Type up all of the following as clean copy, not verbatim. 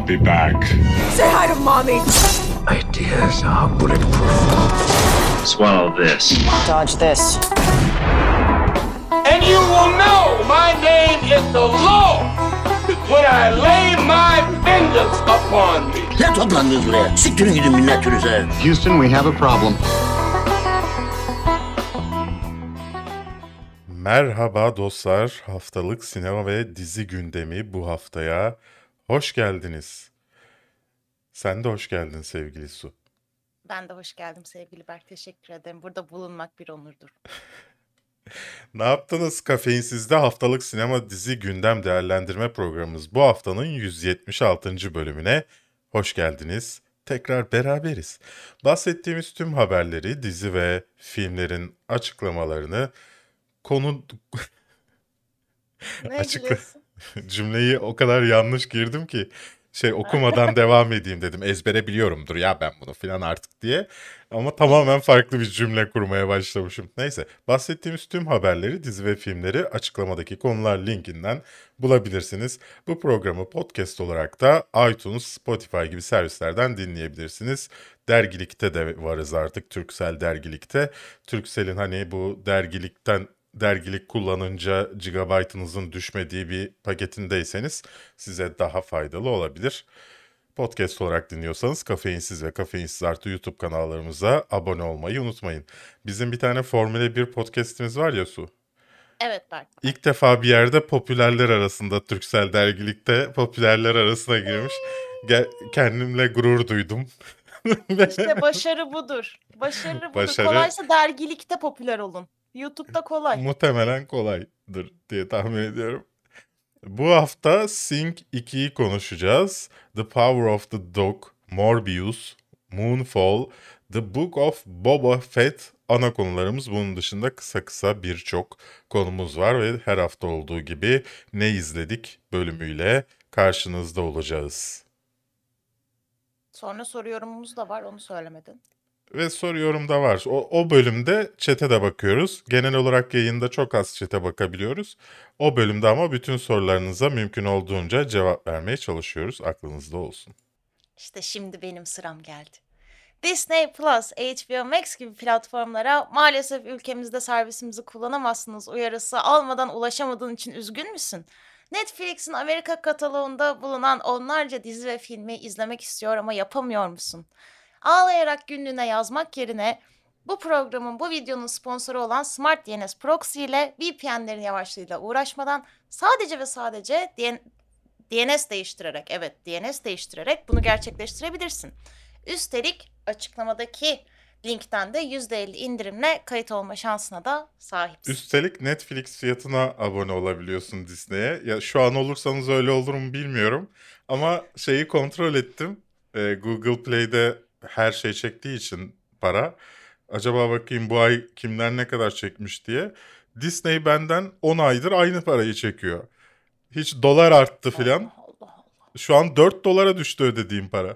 be back. Say hi to mommy. Ideas are bulletproof. Swallow this. Dodge this. And you will know my name is the Lord when I lay my vengeance upon me. Ne toplandınız buraya? Siktirin gidin millet türüze. Houston, we have a problem. Merhaba dostlar, haftalık sinema ve dizi gündemi bu haftaya hoş geldiniz. Sen de hoş geldin sevgili Su. Ben de hoş geldim sevgili Berk. Teşekkür ederim. Burada bulunmak bir onurdur. Ne yaptınız? Kafeinsiz'de haftalık sinema dizi gündem değerlendirme programımız bu haftanın 176. bölümüne hoş geldiniz. Tekrar beraberiz. Bahsettiğimiz tüm haberleri, dizi ve filmlerin açıklamalarını Ne gülüyorsun? Cümleyi o kadar yanlış girdim ki okumadan devam edeyim dedim. Ezbere biliyorumdur ya ben bunu filan artık diye. Ama tamamen farklı bir cümle kurmaya başlamışım. Neyse, bahsettiğimiz tüm haberleri, dizi ve filmleri açıklamadaki konular linkinden bulabilirsiniz. Bu programı podcast olarak da iTunes, Spotify gibi servislerden dinleyebilirsiniz. Dergilikte de varız artık, Turkcell Dergilik'te. Turkcell'in hani bu dergilik kullanınca gigabaytınızın düşmediği bir paketindeyseniz size daha faydalı olabilir. Podcast olarak dinliyorsanız Kafeinsiz ve Kafeinsiz Artı YouTube kanallarımıza abone olmayı unutmayın. Bizim bir tane Formula 1 podcastimiz var ya Su. Evet Berk. İlk defa bir yerde popülerler arasında, Turkcell Dergilik'te popülerler arasına girmiş. Kendimle gurur duydum. İşte başarı budur. Başarı budur. Kolaysa dergilikte popüler olun. YouTube'da kolay. Muhtemelen kolaydır diye tahmin ediyorum. Bu hafta Sing 2'yi konuşacağız. The Power of the Dog, Morbius, Moonfall, The Book of Boba Fett ana konularımız. Bunun dışında kısa birçok konumuz var ve her hafta olduğu gibi ne izledik bölümüyle karşınızda olacağız. Sonra soru yorumumuz da var, onu söylemedin. Ve soru yorum da var. O bölümde chat'e de bakıyoruz. Genel olarak yayında çok az chat'e bakabiliyoruz. O bölümde ama bütün sorularınıza mümkün olduğunca cevap vermeye çalışıyoruz. Aklınızda olsun. İşte şimdi benim sıram geldi. Disney Plus, HBO Max gibi platformlara maalesef ülkemizde servisimizi kullanamazsınız uyarısı almadan ulaşamadığın için üzgün müsün? Netflix'in Amerika kataloğunda bulunan onlarca dizi ve filmi izlemek istiyor ama yapamıyor musun? Ağlayarak günlüğüne yazmak yerine bu programın, bu videonun sponsoru olan Smart DNS Proxy ile VPN'lerin yavaşlığıyla uğraşmadan sadece ve sadece DNS değiştirerek bunu gerçekleştirebilirsin. Üstelik açıklamadaki linkten de %50 indirimle kayıt olma şansına da sahipsin. Üstelik Netflix fiyatına abone olabiliyorsun Disney'e. Ya şu an olursanız öyle olur mu bilmiyorum. Ama şeyi kontrol ettim. Google Play'de her şey çektiği için para. Acaba bakayım bu ay kimler ne kadar çekmiş diye. Disney benden 10 aydır aynı parayı çekiyor. Hiç dolar arttı filan. Allah. Şu an 4 dolara düştü ödediğim para.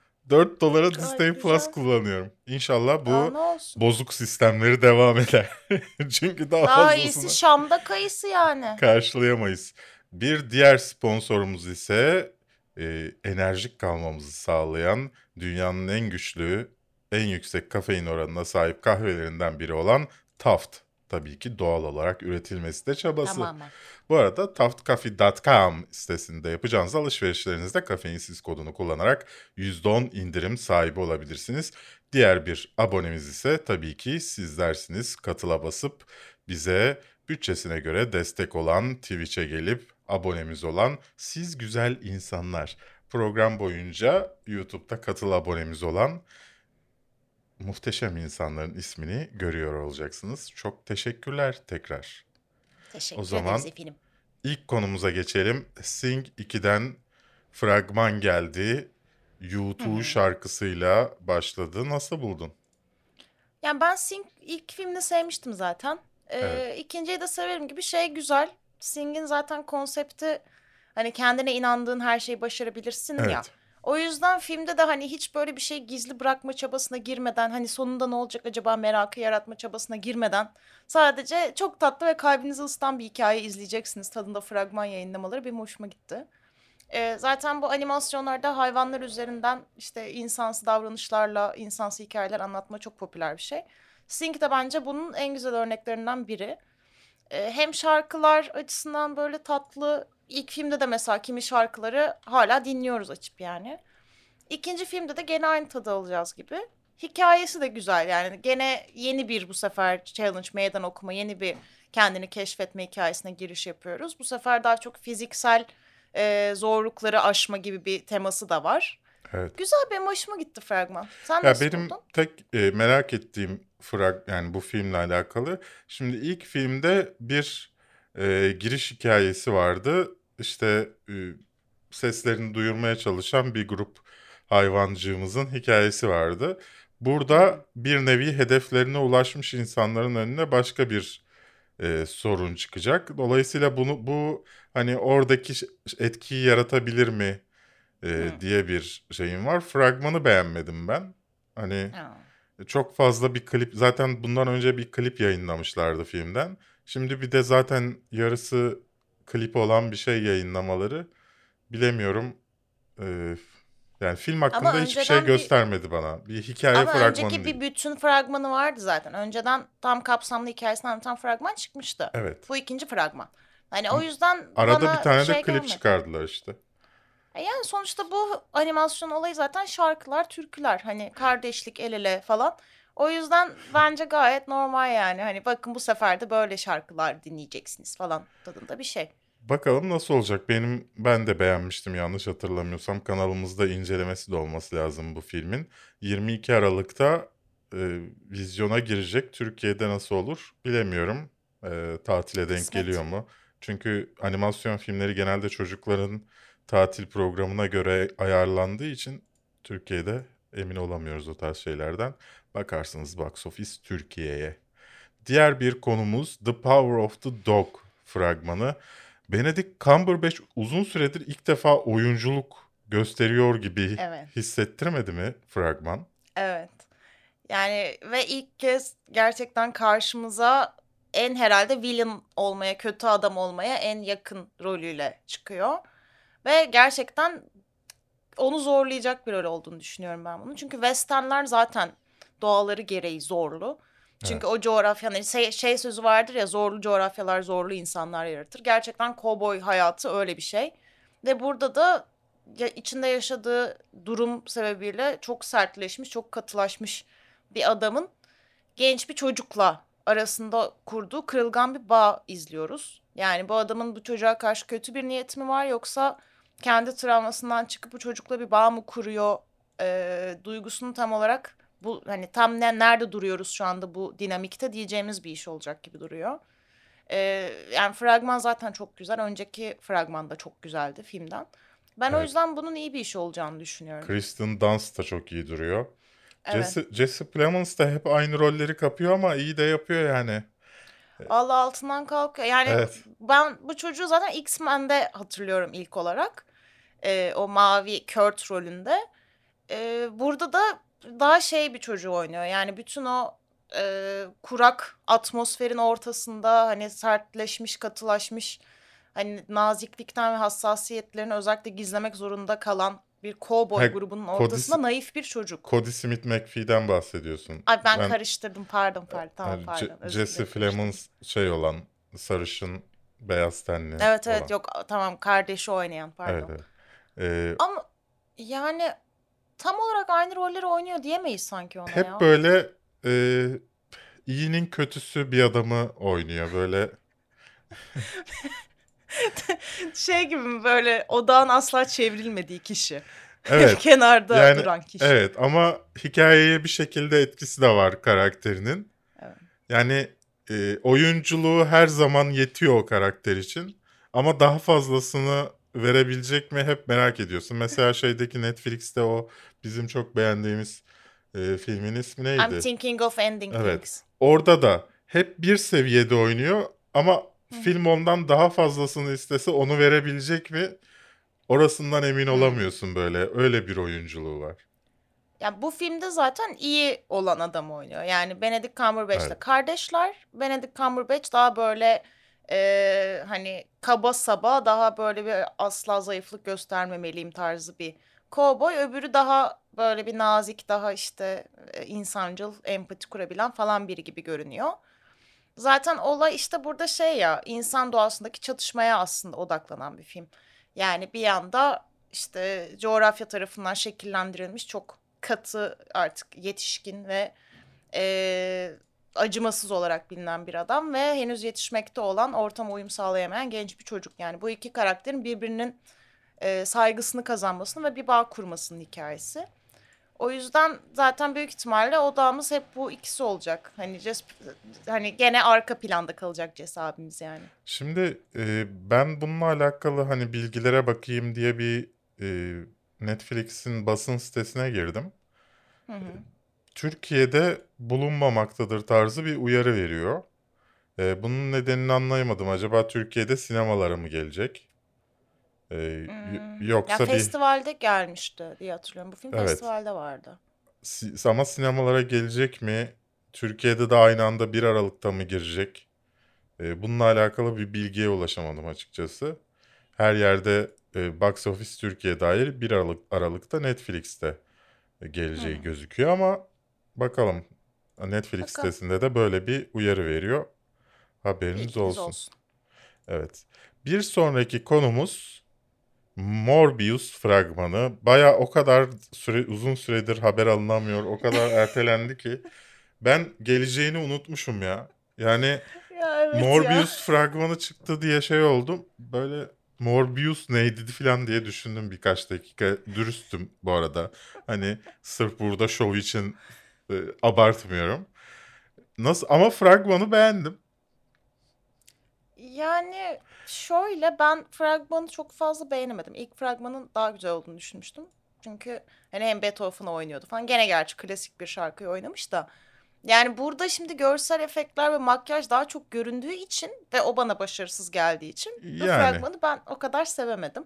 4 dolara Disney güzel. Plus kullanıyorum. İnşallah bu Ne olsun. bozuk sistemleri devam eder. Çünkü daha Daha fazlasını iyisi Şam'da kayısı yani. karşılayamayız. Bir diğer sponsorumuz ise enerjik kalmamızı sağlayan dünyanın en güçlü, en yüksek kafein oranına sahip kahvelerinden biri olan Taft. Tabii ki doğal olarak üretilmesi de çabası. Tamamen. Bu arada taftcoffee.com sitesinde yapacağınız alışverişlerinizde kafeinsiz kodunu kullanarak %10 indirim sahibi olabilirsiniz. Diğer bir abonemiz ise tabii ki sizlersiniz. Katıla basıp bize bütçesine göre destek olan, Twitch'e gelip abonemiz olan siz güzel insanlar. Program boyunca YouTube'da katıl abonemiz olan muhteşem insanların ismini görüyor olacaksınız. Çok teşekkürler tekrar. Teşekkür O zaman ederiz efendim. İlk konumuza geçelim. Sing 2'den fragman geldi. U2 şarkısıyla başladı. Nasıl buldun? Yani ben Sing ilk filmini sevmiştim zaten. Evet. İkinciyi de severim gibi güzel. Sing'in zaten konsepti hani kendine inandığın her şeyi başarabilirsin ya. Evet. O yüzden filmde de hani hiç böyle bir şey gizli bırakma çabasına girmeden, hani sonunda ne olacak acaba merakı yaratma çabasına girmeden sadece çok tatlı ve kalbinizi ısıtan bir hikaye izleyeceksiniz tadında fragman yayınlamaları benim hoşuma gitti. Zaten bu animasyonlarda hayvanlar üzerinden işte insansı davranışlarla insansı hikayeler anlatma çok popüler bir şey. Sing de bence bunun en güzel örneklerinden biri. Hem şarkılar açısından böyle tatlı. İlk filmde de mesela kimi şarkıları hala dinliyoruz açıp yani. İkinci filmde de gene aynı tadı alacağız gibi. Hikayesi de güzel yani. Gene yeni bir bu sefer challenge, meydan okuma, yeni bir kendini keşfetme hikayesine giriş yapıyoruz. Bu sefer daha çok fiziksel zorlukları aşma gibi bir teması da var. Evet. Güzel, benim hoşuma gitti fragman. Sen Ya nasıl benim buldun? tek merak ettiğim yani bu filmle alakalı. Şimdi ilk filmde bir giriş hikayesi vardı. İşte seslerini duyurmaya çalışan bir grup hayvancığımızın hikayesi vardı. Burada bir nevi hedeflerine ulaşmış insanların önüne başka bir sorun çıkacak. Dolayısıyla bu hani oradaki etkiyi yaratabilir mi diye bir şeyim var. Fragmanı beğenmedim ben. Hani Ha. çok fazla bir klip, zaten bundan önce bir klip yayınlamışlardı filmden. Şimdi bir de zaten yarısı klip olan bir şey yayınlamaları, bilemiyorum. Yani film Ama hakkında hiçbir şey önceden bir göstermedi bana. Bir hikaye ama fragmanı önceki değil. bir bütün fragmanı vardı zaten. Önceden tam kapsamlı hikayesini anlatan fragman çıkmıştı. Evet. Bu ikinci fragman. Hani o yüzden Arada bir bana tane de şey klip gelmedi. çıkardılar işte. Yani sonuçta bu animasyon olayı zaten şarkılar, türküler. Hani kardeşlik, el ele falan. O yüzden bence gayet normal yani. Hani bakın bu sefer de böyle şarkılar dinleyeceksiniz falan tadında bir şey. Bakalım nasıl olacak. Ben de beğenmiştim, yanlış hatırlamıyorsam. Kanalımızda incelemesi de olması lazım bu filmin. 22 Aralık'ta vizyona girecek. Türkiye'de nasıl olur bilemiyorum. Tatile denk Kısmet. geliyor mu? Çünkü animasyon filmleri genelde çocukların tatil programına göre ayarlandığı için Türkiye'de emin olamıyoruz o tarz şeylerden. Bakarsınız Box Office Türkiye'ye. Diğer bir konumuz The Power of the Dog fragmanı. Benedict Cumberbatch uzun süredir ilk defa oyunculuk gösteriyor gibi Evet. hissettirmedi mi fragman? Evet. Yani ve ilk kez gerçekten karşımıza en herhalde villain olmaya, kötü adam olmaya en yakın rolüyle çıkıyor. Ve gerçekten onu zorlayacak bir rol olduğunu düşünüyorum ben bunun. Çünkü westernler zaten doğaları gereği zorlu. Çünkü o coğrafya, hani şey sözü vardır ya, zorlu coğrafyalar zorlu insanlar yaratır. Gerçekten kovboy hayatı öyle bir şey. Ve burada da içinde yaşadığı durum sebebiyle çok sertleşmiş, çok katılaşmış bir adamın genç bir çocukla arasında kurduğu kırılgan bir bağ izliyoruz. Yani bu adamın bu çocuğa karşı kötü bir niyeti mi var, yoksa kendi travmasından çıkıp bu çocukla bir bağ mı kuruyor duygusunu tam olarak bu hani tam nerede duruyoruz şu anda bu dinamikte diyeceğimiz bir iş olacak gibi duruyor. Yani fragman zaten çok güzel. Önceki fragman da çok güzeldi filmden. Ben o Evet. yüzden bunun iyi bir iş olacağını düşünüyorum. Kristen Dunst da çok iyi duruyor. Evet. Jesse Plemons da hep aynı rolleri kapıyor ama iyi de yapıyor yani. Allah altından kalkıyor. Yani Evet. ben bu çocuğu zaten X-Men'de hatırlıyorum ilk olarak. O mavi Kurt rolünde. Burada da daha şey bir çocuğu oynuyor. Yani bütün o kurak atmosferin ortasında hani sertleşmiş, katılaşmış, hani naziklikten ve hassasiyetlerini özellikle gizlemek zorunda kalan bir kovboy Ha, grubunun Cody, ortasında naif bir çocuk. Cody Smith McPhee'den bahsediyorsun. Ay ben karıştırdım, pardon tamam Yani pardon, özür Jesse dilerim, karıştırdım. Plemons şey olan, sarışın, beyaz tenli Evet olan. yok tamam, kardeşi oynayan, Evet, pardon. evet. Ee, Ama yani tam olarak aynı rolleri oynuyor diyemeyiz sanki ona hep ya. böyle iyinin kötüsü bir adamı oynuyor böyle. Şey gibi mi, böyle odağın asla çevrilmediği kişi. Evet. Kenarda Yani duran kişi. evet, ama hikayeye bir şekilde etkisi de var karakterinin. Evet. Yani oyunculuğu her zaman yetiyor o karakter için. Ama daha fazlasını verebilecek mi hep merak ediyorsun. Mesela şeydeki Netflix'te o bizim çok beğendiğimiz filmin ismi I'm neydi? thinking of ending Evet. things. Orada da hep bir seviyede oynuyor ama film ondan daha fazlasını istese onu verebilecek mi? Orasından emin olamıyorsun böyle. Öyle bir oyunculuğu var. Ya bu filmde zaten iyi olan adam oynuyor. Yani Benedict Cumberbatch'le Evet. kardeşler. Benedict Cumberbatch daha böyle Hani kaba saba daha böyle bir asla zayıflık göstermemeliyim tarzı bir kovboy. Öbürü daha böyle bir nazik, daha işte insancıl, empati kurabilen falan biri gibi görünüyor. Zaten olay işte burada şey ya, insan doğasındaki çatışmaya aslında odaklanan bir film. Yani bir yanda işte coğrafya tarafından şekillendirilmiş çok katı, artık yetişkin ve eee, acımasız olarak bilinen bir adam ve henüz yetişmekte olan, ortama uyum sağlayamayan genç bir çocuk. Yani bu iki karakterin birbirinin saygısını kazanmasını ve bir bağ kurmasının hikayesi. O yüzden zaten büyük ihtimalle odağımız hep bu ikisi olacak. Hani gene arka planda kalacak Jess abimiz yani. Şimdi ben bununla alakalı hani bilgilere bakayım diye bir Netflix'in basın sitesine girdim. Hı hı. Türkiye'de bulunmamaktadır tarzı bir uyarı veriyor. Bunun nedenini anlayamadım. Acaba Türkiye'de sinemalara mı gelecek? Ya Yoksa bir festivalde gelmişti diye hatırlıyorum. Bu film evet. festivalde vardı. Ama sinemalara gelecek mi? Türkiye'de de aynı anda 1 Aralık'ta mı girecek? Bununla alakalı bir bilgiye ulaşamadım açıkçası. Her yerde Box Office Türkiye dair 1 Aralık'ta Netflix'te Hı geleceği hı. gözüküyor ama bakalım. Netflix Bakalım. sitesinde de böyle bir uyarı veriyor. Haberiniz Bilginiz olsun. olsun. Evet. Bir sonraki konumuz Morbius fragmanı. Baya o kadar uzun süredir haber alınamıyor. O kadar ertelendi ki ben geleceğini unutmuşum ya. Yani Ya evet ya. Morbius fragmanı çıktı diye şey oldum. Böyle Morbius neydi falan diye düşündüm birkaç dakika. Dürüstüm bu arada. Hani sırf burada şov için abartmıyorum. Nasıl ama fragmanı beğendim. Yani şöyle, ben fragmanı çok fazla beğenemedim. İlk fragmanın daha güzel olduğunu düşünmüştüm. Çünkü hani hem Beethoven oynuyordu falan. Gene gerçi klasik bir şarkıyı oynamış da. Yani burada şimdi görsel efektler ve makyaj daha çok göründüğü için ve o bana başarısız geldiği için bu Yani fragmanı ben o kadar sevemedim.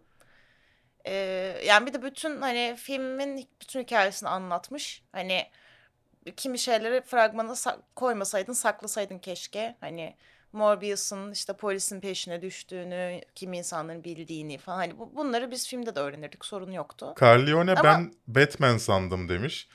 Yani bir de bütün hani filmin bütün hikayesini anlatmış. Hani kimi şeyleri fragmana koymasaydın, saklasaydın keşke. Hani Morbius'un işte polisin peşine düştüğünü, kimi insanların bildiğini falan. Hani bunları biz filmde de öğrenirdik, sorun yoktu. Carlione Ama ben Batman sandım demiş.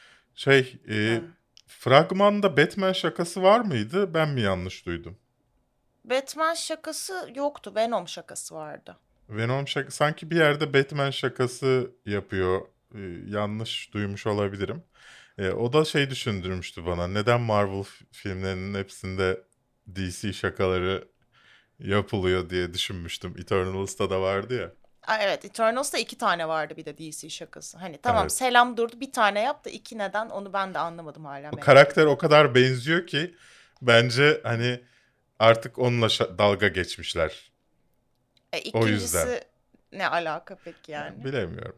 hı, Fragmanda Batman şakası var mıydı? Ben mi yanlış duydum? Batman şakası yoktu, Venom şakası vardı. Venom sanki bir yerde Batman şakası yapıyor. Yanlış duymuş olabilirim. O da şey düşündürmüştü bana. Neden Marvel filmlerinin hepsinde DC şakaları yapılıyor diye düşünmüştüm. Eternals'ta da vardı ya. Evet, Eternals'ta 2 tane vardı bir de DC şakası. Hani tamam, Evet. selam durdu, bir tane yap da iki neden, onu ben de anlamadım, hala O merak karakter o ediyorum. kadar benziyor ki bence hani artık onunla dalga geçmişler. O yüzden. İkincisi ne alaka peki Yani yani? bilemiyorum.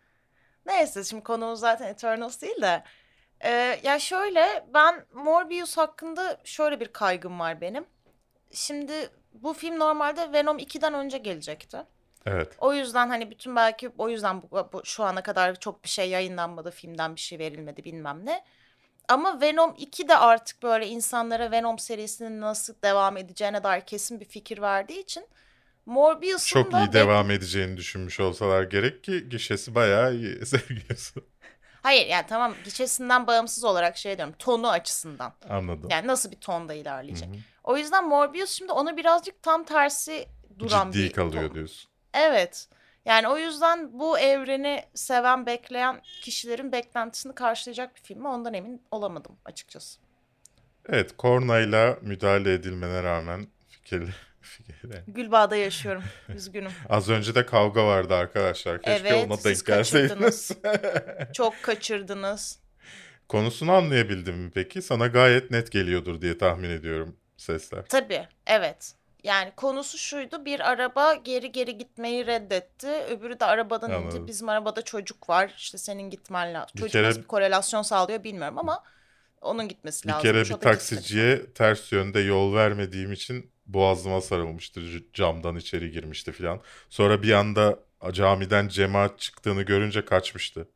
Neyse, şimdi konumuz zaten Eternals değil de. Ya şöyle, ben Morbius hakkında şöyle bir kaygım var benim. Şimdi bu film normalde Venom 2'den önce gelecekti. Evet. O yüzden hani bütün, belki o yüzden şu ana kadar çok bir şey yayınlanmadı, filmden bir şey verilmedi bilmem ne. Ama Venom 2 de artık böyle insanlara Venom serisinin nasıl devam edeceğine dair kesin bir fikir verdiği için Morbius'un Çok iyi da devam edeceğini düşünmüş olsalar gerek ki gişesi bayağı iyi sevgiliyorsun. hayır yani tamam, gişesinden bağımsız olarak şey diyorum, tonu açısından. Anladım. Yani nasıl bir tonda Hı ilerleyecek. hı. O yüzden Morbius şimdi ona birazcık tam tersi duran Ciddi bir kalıyor ton. diyorsun. Evet. Yani o yüzden bu evreni seven, bekleyen kişilerin beklentisini karşılayacak bir film mi, ondan emin olamadım açıkçası. Evet, kornayla müdahale edilmene rağmen fikirli. Gülbağ'da yaşıyorum. Üzgünüm. Az önce de kavga vardı arkadaşlar. Keşke Evet, ona siz denk gelseydiniz. kaçırdınız. Çok kaçırdınız. Konusunu anlayabildim mi peki? Sana gayet net geliyordur diye tahmin ediyorum sesler. Tabii, evet. Yani konusu şuydu: bir araba geri geri gitmeyi reddetti. Öbürü de arabadan indi. Anladım. Bizim arabada çocuk var, İşte senin gitmen lazım. Bir Çocuk nasıl kere bir korelasyon sağlıyor bilmiyorum ama onun gitmesi bir kere lazımmış. bir O da gitmedi falan. taksiciye ters yönde yol vermediğim için boğazıma sarılmıştı. Camdan içeri girmişti filan. Sonra bir anda camiden cemaat çıktığını görünce kaçmıştı.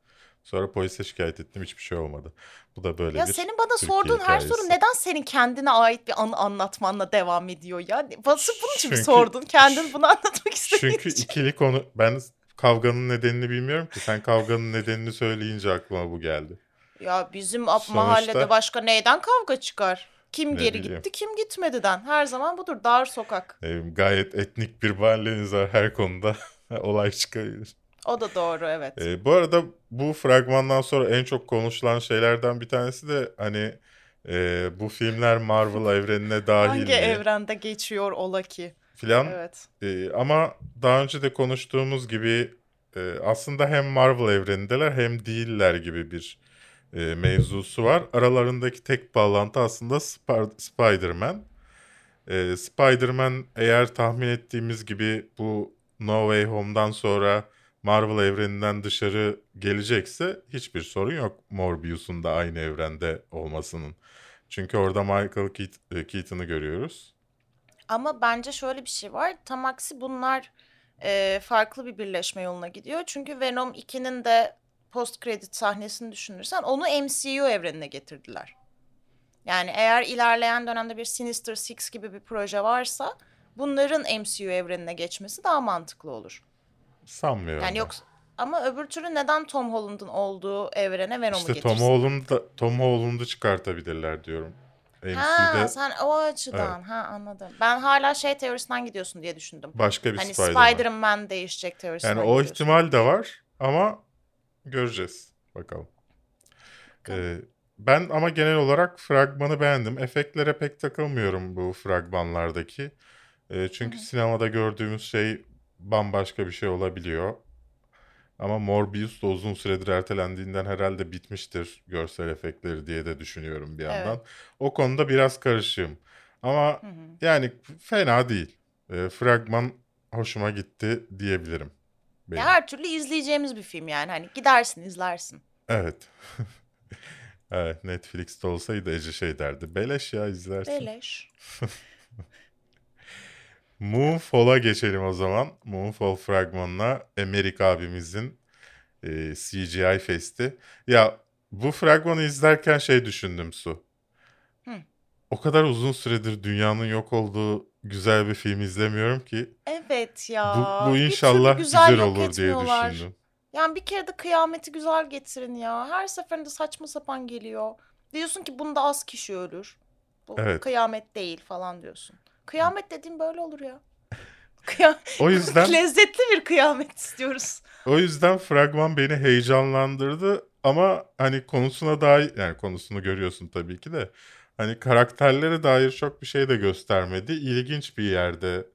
Sonra polise şikayet ettim, hiçbir şey olmadı. Bu da böyle Ya bir senin bana Türkiye sorduğun her soru hikayesi. neden senin kendine ait bir anı anlatmanla devam ediyor ya? Sırf bunun için mi Çünkü sordun? Kendin bunu anlatmak istediğin çünkü için. ikili konu, ben kavganın nedenini bilmiyorum ki. Sen kavganın nedenini söyleyince aklıma bu geldi. Ya bizim mahallede Sonuçta başka neyden kavga çıkar? Kim ne geri bileyim. gitti, kim gitmediden. Her zaman budur. Dar sokak. Gayet etnik bir mahalleniz var, her konuda olay çıkabilir. O da doğru, evet. Bu arada bu fragmandan sonra en çok konuşulan şeylerden bir tanesi de hani bu filmler Marvel evrenine dahil Hangi mi evrende geçiyor ola ki? filan. Evet. Ama daha önce de konuştuğumuz gibi aslında hem Marvel evrenindeler hem değiller gibi bir mevzusu var. Aralarındaki tek bağlantı aslında Spider-Man. Spider-Man eğer tahmin ettiğimiz gibi bu No Way Home'dan sonra Marvel evreninden dışarı gelecekse hiçbir sorun yok Morbius'un da aynı evrende olmasının. Çünkü orada Michael Keaton'ı görüyoruz. Ama bence şöyle bir şey var. Tam aksi bunlar farklı bir birleşme yoluna gidiyor. Çünkü Venom 2'nin de post credit sahnesini düşünürsen onu MCU evrenine getirdiler. Yani eğer ilerleyen dönemde bir Sinister Six gibi bir proje varsa bunların MCU evrenine geçmesi daha mantıklı olur. Sanmıyorum Yani ben. yok ama öbür türlü neden Tom Holland'ın olduğu evrene Venom'u İşte getirsinler? Tom Holland'ı çıkartabilirler diyorum. Ha, MCU'de sen o evet, açıdan. Ha, anladım. Ben hala şey teorisinden gidiyorsun diye düşündüm. başka bir Hani Spider-Man. Spider-Man değişecek Yani teorisinden o gidiyorsun. ihtimal de var ama göreceğiz. Bakalım. Bakalım. Ee, Ben ama genel olarak fragmanı beğendim. Efektlere pek takılmıyorum bu fragmanlardaki. Hı Çünkü hı. sinemada gördüğümüz şey bambaşka bir şey olabiliyor. Ama Morbius da uzun süredir ertelendiğinden herhalde bitmiştir görsel efektleri diye de düşünüyorum bir Evet. yandan. O konuda biraz karışığım. Ama Hı hı. yani fena değil. Fragman hoşuma gitti diyebilirim Ya benim. her türlü izleyeceğimiz bir film yani. Hani gidersin izlersin. Evet. Evet, Netflix'te olsaydı Ece şey derdi. Beleş ya, izlersin. Beleş. Moonfall'a geçelim o zaman. Moonfall fragmanına Emerik abimizin CGI Fest'i. Ya bu fragmanı izlerken şey düşündüm Su. Hı. O kadar uzun süredir dünyanın yok olduğu güzel bir film izlemiyorum ki. Evet Bu ya. Bir türlü inşallah güzel güzel yok olur diye etmiyorlar. düşündüm. Yani bir kere de kıyameti güzel getirin ya. Her seferinde saçma sapan geliyor. Diyorsun ki bunda az kişi ölür. Bu Evet. kıyamet değil falan diyorsun. Kıyamet dediğim böyle olur ya. Kıya- O yüzden Lezzetli bir kıyamet istiyoruz. fragman beni heyecanlandırdı ama hani konusuna dair, yani konusunu görüyorsun tabii ki de, hani karakterlere dair çok bir şey de göstermedi. İlginç bir yerde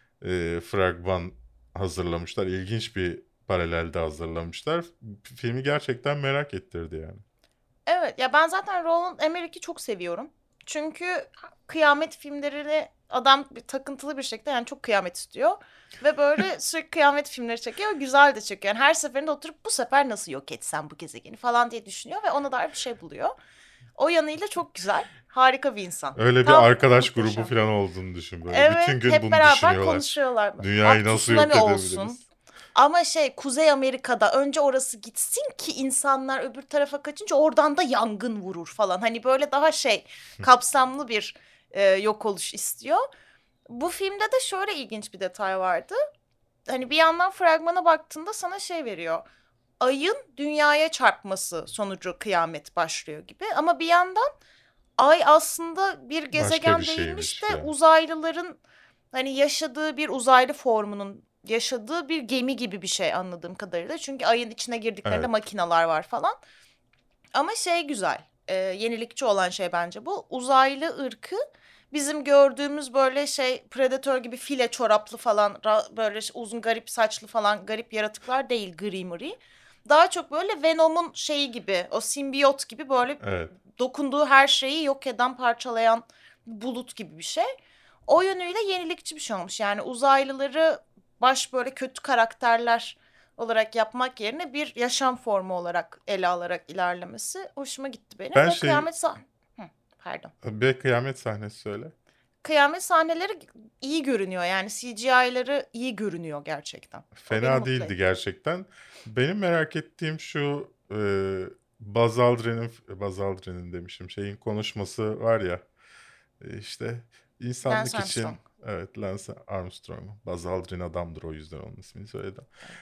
fragman hazırlamışlar. İlginç bir paralelde hazırlamışlar. Filmi gerçekten merak ettirdi yani. Evet ya ben zaten Roland Emmerich'i çok seviyorum. Çünkü kıyamet filmlerini adam bir takıntılı bir şekilde yani çok kıyamet istiyor. Ve böyle sürekli kıyamet filmleri çekiyor. Güzel de çekiyor. Yani her seferinde oturup bu sefer nasıl yok etsem bu gezegeni falan diye düşünüyor. Ve ona dair bir şey buluyor. O yanıyla çok güzel. Harika bir insan. Öyle bir Tam arkadaş grubu muhteşem. falan olduğunu düşün böyle. Bütün Evet gün hep bunu beraber düşünüyorlar. konuşuyorlar. Dünyayı Abi nasıl yok tsunami olsun. edebiliriz? Ama şey Kuzey Amerika'da önce orası gitsin ki insanlar öbür tarafa kaçınca oradan da yangın vurur falan. Hani böyle daha şey kapsamlı bir yok oluş istiyor. Bu filmde de şöyle ilginç bir detay vardı. Hani bir yandan fragmana baktığında sana şey veriyor. Ayın dünyaya çarpması sonucu kıyamet başlıyor gibi. Ama bir yandan ay aslında bir Başka bir gezegen değilmiş şeymiş de falan. uzaylıların hani yaşadığı bir uzaylı formunun yaşadığı bir gemi gibi bir şey anladığım kadarıyla. Çünkü ayın içine girdiklerinde Evet. makinalar var falan. Ama şey güzel, yenilikçi olan şey bence bu. Uzaylı ırkı bizim gördüğümüz böyle şey predatör gibi file çoraplı falan böyle uzun garip saçlı falan garip yaratıklar değil gri mri. Daha çok böyle Venom'un şeyi gibi o simbiyot gibi böyle Evet. dokunduğu her şeyi yok eden parçalayan bulut gibi bir şey. O yönüyle yenilikçi bir şey olmuş. Yani uzaylıları baş böyle kötü karakterler olarak yapmak yerine bir yaşam formu olarak ele alarak ilerlemesi hoşuma gitti benim. Ben Ve şey Pardon. bir kıyamet sahnesi söyle. Kıyamet sahneleri iyi görünüyor. Yani CGI'ları iyi görünüyor gerçekten. O beni Fena mutlu değildi etti. gerçekten. Benim merak ettiğim şu, Buzz Aldrin'in demişim, şeyin konuşması var ya, işte insanlık Lance için, Armstrong. evet, Lance Armstrong. Buzz Aldrin adamdır, o yüzden onun ismini söyledim.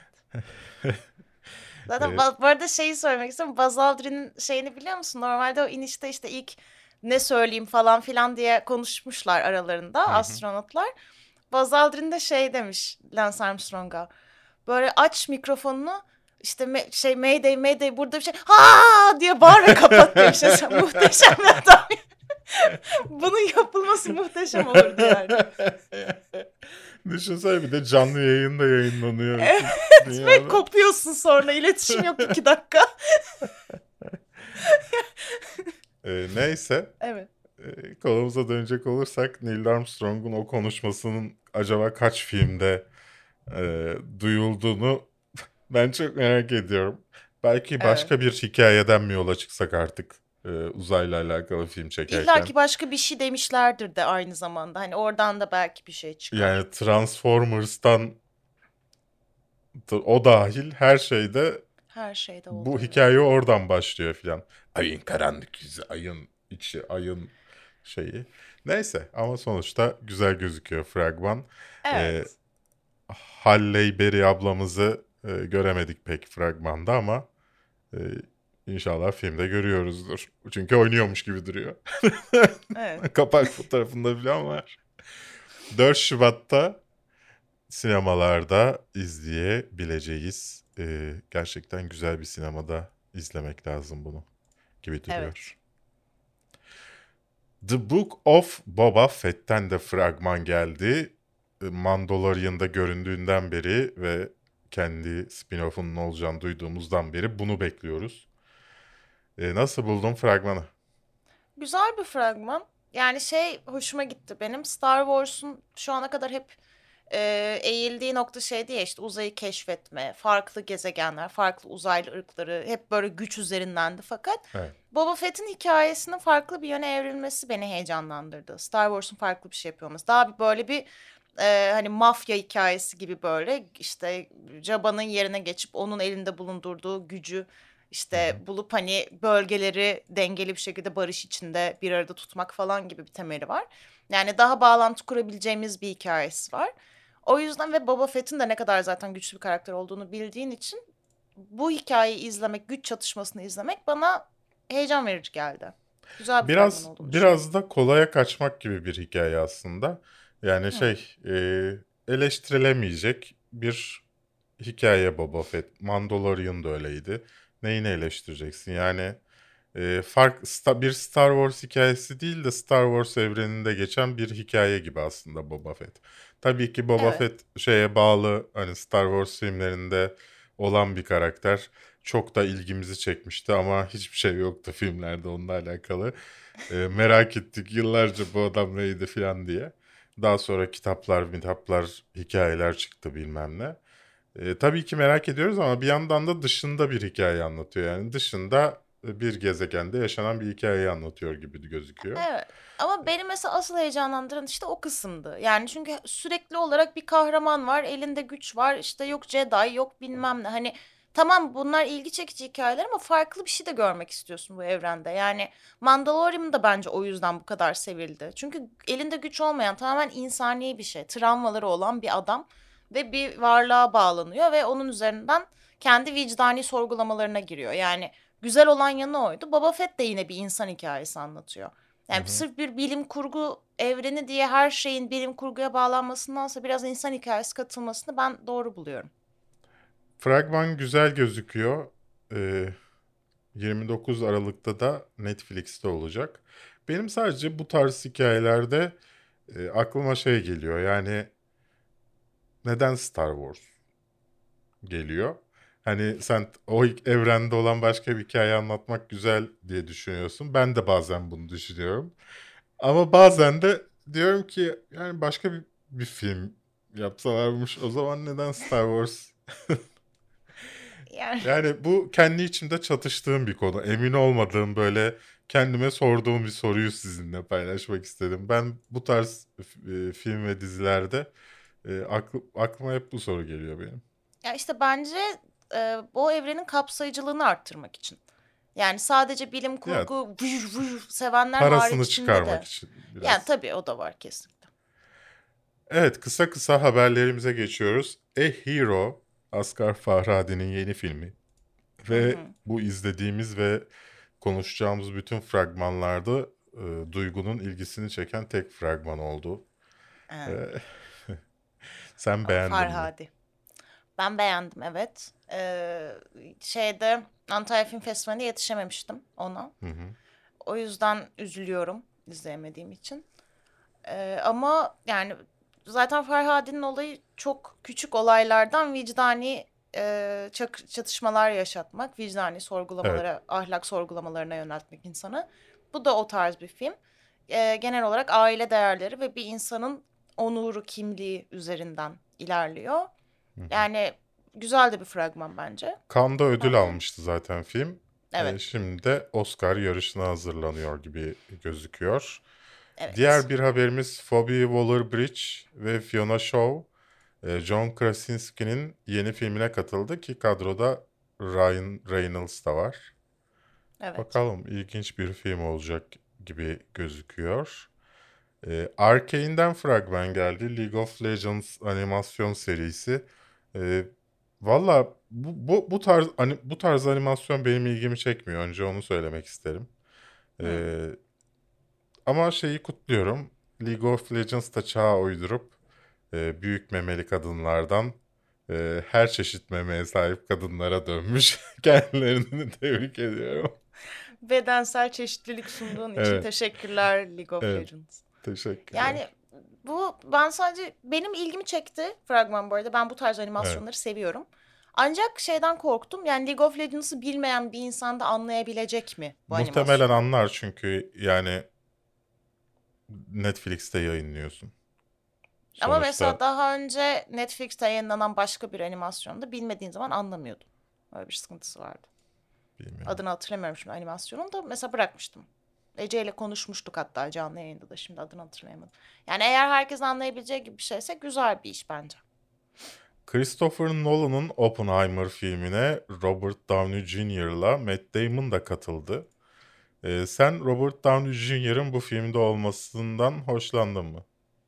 Zaten E, bu arada şeyi söylemek istiyorum. Buzz Aldrin'in şeyini biliyor musun? Normalde o inişte işte ilk ne söyleyeyim falan filan diye konuşmuşlar aralarında hı hı. astronotlar. Buzz Aldrin de şey demiş Lance Armstrong'a. Böyle aç mikrofonunu işte Mayday Mayday burada bir şey ha diye bağır ve kapat demiş. Muhteşem bir adam. Bunun yapılması muhteşem olurdu yani. Düşünsene, bir de canlı yayında yayınlanıyor Evet bütün ve dünyada. kopuyorsun sonra iletişim yok 2 dakika. Neyse, Evet. konumuza dönecek olursak, Neil Armstrong'un o konuşmasının acaba kaç filmde duyulduğunu ben çok merak ediyorum. Belki Evet. başka bir hikayeden mi yola çıksak artık, uzayla alakalı film İlla çekerken. ki başka bir şey demişlerdir de aynı zamanda. Hani oradan da belki bir şey çıkar. Yani Transformers'tan o dahil her şeyde Her şeyde oldu bu evet. hikaye oradan başlıyor filan. Ayın karanlık yüzü, ayın içi, ayın şeyi. Neyse, ama sonuçta güzel gözüküyor fragman. Ee, Evet. Halle Berry ablamızı göremedik pek fragmanda, ama e, inşallah filmde görüyoruzdur. Çünkü oynuyormuş gibi duruyor. Evet. Kapak fotoğrafında falan var. 4 Şubat'ta sinemalarda izleyebileceğiz. Gerçekten güzel bir sinemada izlemek lazım bunu gibi Evet. duruyor. The Book of Boba Fett'ten de fragman geldi. Mandalorian'da göründüğünden beri ve kendi spin-off'unun olacağını duyduğumuzdan beri bunu bekliyoruz. Nasıl buldun fragmanı? Güzel bir fragman. Yani şey hoşuma gitti benim. Star Wars'un şu ana kadar hep eğildiği nokta şey diye işte uzayı keşfetme, farklı gezegenler, farklı uzaylı ırkları hep böyle güç üzerindendi fakat Evet. Boba Fett'in hikayesinin farklı bir yöne evrilmesi beni heyecanlandırdı. Star Wars'un farklı bir şey yapıyor olması. Daha bir böyle bir hani mafya hikayesi gibi böyle işte Jabba'nın yerine geçip onun elinde bulundurduğu gücü Hı hı. işte bulup hani bölgeleri dengeli bir şekilde barış içinde bir arada tutmak falan gibi bir temeli var. Yani daha bağlantı kurabileceğimiz bir hikayesi var. O yüzden ve Boba Fett'in de ne kadar zaten güçlü bir karakter olduğunu bildiğin için bu hikayeyi izlemek, güç çatışmasını izlemek bana heyecan verici geldi. Güzel bir fragman olduğunu düşünüyorum. Biraz da kolaya kaçmak gibi bir hikaye aslında. Yani Hı, eleştirilemeyecek bir hikaye Boba Fett. Mandalorian da öyleydi. Neyini eleştireceksin? Yani bir Star Wars hikayesi değil de Star Wars evreninde geçen bir hikaye gibi aslında Boba Fett. Tabii ki Boba evet. Fett şeye bağlı, hani Star Wars filmlerinde olan bir karakter. Çok da ilgimizi çekmişti ama hiçbir şey yoktu filmlerde onunla alakalı. Merak ettik yıllarca bu adam neydi falan diye. Daha sonra kitaplar, hikayeler çıktı bilmem ne. Tabii ki merak ediyoruz ama bir yandan da dışında bir hikaye anlatıyor. Yani dışında bir gezegende yaşanan bir hikayeyi anlatıyor gibi gözüküyor. Evet. Ama beni mesela asıl heyecanlandıran işte o kısımdı. Yani çünkü sürekli olarak bir kahraman var, elinde güç var, işte yok Jedi, yok bilmem ne. Hani tamam bunlar ilgi çekici hikayeler ama farklı bir şey de görmek istiyorsun bu evrende. Yani Mandalorian da bence o yüzden bu kadar sevildi. Çünkü elinde güç olmayan tamamen insani bir şey. Travmaları olan bir adam ve bir varlığa bağlanıyor ve onun üzerinden kendi vicdani sorgulamalarına giriyor. Yani güzel olan yanı oydu. Boba Fett de yine bir insan hikayesi anlatıyor. Hı Yani hı. sırf bir bilim kurgu evreni diye her şeyin bilim kurguya bağlanmasındansa biraz insan hikayesi katılmasını ben doğru buluyorum. Fragman güzel gözüküyor. Ee, 29 Aralık'ta da Netflix'te olacak. Benim sadece bu tarz hikayelerde aklıma şey geliyor. Yani neden Star Wars geliyor? Hani sen o evrende olan başka bir hikaye anlatmak güzel diye düşünüyorsun. Ben de bazen bunu düşünüyorum. Ama bazen de diyorum ki yani başka bir film yapsalarmış, o zaman neden Star Wars? Yani Yani bu kendi içimde çatıştığım bir konu. Emin olmadığım, böyle kendime sorduğum bir soruyu sizinle paylaşmak istedim. Ben bu tarz film ve dizilerde aklıma hep bu soru geliyor benim. ya işte bence o evrenin kapsayıcılığını arttırmak için. Yani sadece bilim Ya kurgu sevenler parasını haricinde çıkarmak de. için Yani biraz. tabii o da var kesinlikle. Evet, kısa kısa haberlerimize geçiyoruz. A Hero, Asghar Farhadi'nin yeni filmi. Ve bu izlediğimiz ve konuşacağımız bütün fragmanlarda Duygu'nun ilgisini çeken tek fragman oldu. Evet. E, Sen beğendin mi? Farhadi. Ben beğendim, evet. Şeyde Antalya Film Festivali'nde yetişememiştim ona. Hı hı. O yüzden üzülüyorum izleyemediğim için. Ama yani zaten Farhadi'nin olayı çok küçük olaylardan vicdani çatışmalar yaşatmak, vicdani Evet. sorgulamalara, ahlak sorgulamalarına yöneltmek insanı. Bu da o tarz bir film. Genel olarak aile değerleri ve bir insanın onuru, kimliği üzerinden ilerliyor. Yani güzel de bir fragman bence. Cannes'da ödül Aha. almıştı zaten film. Evet, Şimdi de Oscar yarışına hazırlanıyor gibi gözüküyor. evet. Diğer bir haberimiz Phoebe Waller-Bridge ve Fiona Shaw, John Krasinski'nin yeni filmine katıldı ki kadroda Ryan Reynolds da var. Evet. Bakalım, ilginç bir film olacak gibi gözüküyor. Arcane'den fragman geldi. League of Legends animasyon serisi. Valla bu tarz animasyon benim ilgimi çekmiyor. Önce onu söylemek isterim. Ee, Ama şeyi kutluyorum. League of Legends'ta çağa uydurup büyük memeli kadınlardan her çeşit memeye sahip kadınlara dönmüş. Kendilerini tebrik ediyorum. Bedensel çeşitlilik sunduğun için Evet, teşekkürler League of evet. Legends. Teşekkürler. Yani ben sadece benim ilgimi çekti fragman bu arada. Ben bu tarz Evet. animasyonları seviyorum. Ancak şeyden korktum. Yani League of Legends'ı bilmeyen bir insan da anlayabilecek mi bu Muhtemelen animasyonu? anlar çünkü yani Netflix'te yayınlıyorsun. Ama mesela Sonuçta daha önce Netflix'te yayınlanan başka bir animasyonda bilmediğin zaman anlamıyordum. Öyle bir sıkıntısı vardı. bilmiyorum. Adını hatırlamıyorum şimdi animasyonun da mesela bırakmıştım. Ece ile konuşmuştuk hatta canlı yayında da şimdi adını hatırlayamadım. Yani eğer herkes anlayabileceği gibi bir şeyse güzel bir iş bence. Christopher Nolan'ın Oppenheimer filmine Robert Downey Jr.'la Matt Damon da katıldı. Sen Robert Downey Jr.'ın bu filmde olmasından hoşlandın mı?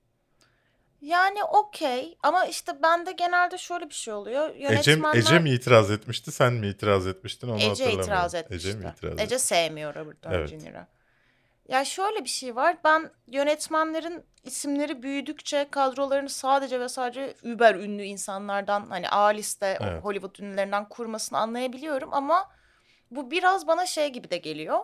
Yani okey ama işte bende genelde şöyle bir şey oluyor. Ece Yönetmenler mi itiraz etmişti, sen mi itiraz etmiştin onu Ece hatırlamıyorum. itiraz Ece mi etmişti. itiraz Ece etmişti? sevmiyor Robert Downey Evet. Jr.'ı. Ya şöyle bir şey var. Ben yönetmenlerin isimleri büyüdükçe kadrolarını sadece ve sadece über ünlü insanlardan hani A-liste Evet. Hollywood ünlülerinden kurmasını anlayabiliyorum ama bu biraz bana şey gibi de geliyor.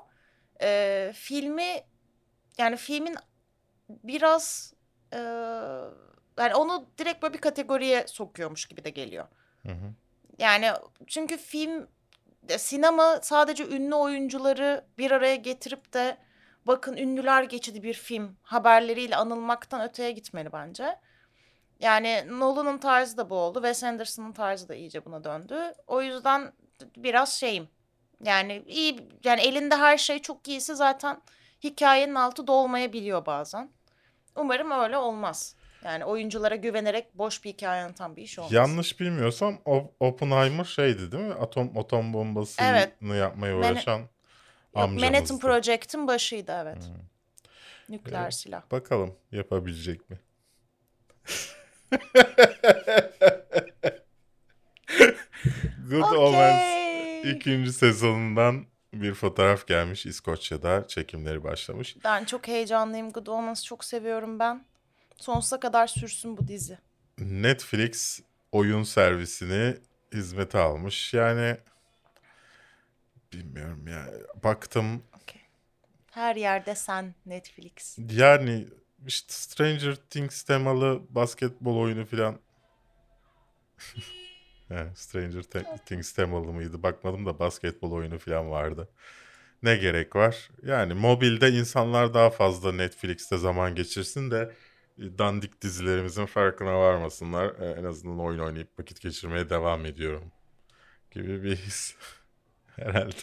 Filmin biraz yani onu direkt böyle bir kategoriye sokuyormuş gibi de geliyor. Hı hı. Yani çünkü sinema sadece ünlü oyuncuları bir araya getirip de bakın ünlüler geçidi bir film haberleriyle anılmaktan öteye gitmeli bence. Yani Nolan'ın tarzı da bu oldu. Wes Anderson'ın tarzı da iyice buna döndü. O yüzden biraz şeyim. Yani elinde her şey çok iyisi zaten hikayenin altı dolmayabiliyor bazen. Umarım öyle olmaz. Yani oyunculara güvenerek boş bir hikaye anlatan bir iş olmaz. Yanlış bilmiyorsam Oppenheimer şeydi değil mi? Atom bombasını Evet. yapmaya Man- uğraşan Yok, Manhattan amcamızdı. Project'in başıydı evet. Nükleer silah. Bakalım yapabilecek mi? Good Omens Okey. 2. sezonundan bir fotoğraf gelmiş. İskoçya'da çekimleri başlamış. Ben çok heyecanlıyım. Good Omens'ı çok seviyorum ben. Sonsuza kadar sürsün bu dizi. Netflix oyun servisini hizmete almış. Yani bilmiyorum ya. Baktım Okey. Her yerde sen Netflix. yani işte Stranger Things temalı basketbol oyunu filan. Stranger Things temalı mıydı? Bakmadım da basketbol oyunu falan vardı. Ne gerek var? Yani mobilde insanlar daha fazla Netflix'te zaman geçirsin de dandik dizilerimizin farkına varmasınlar. En azından oyun oynayıp vakit geçirmeye devam ediyorum gibi bir his herhalde.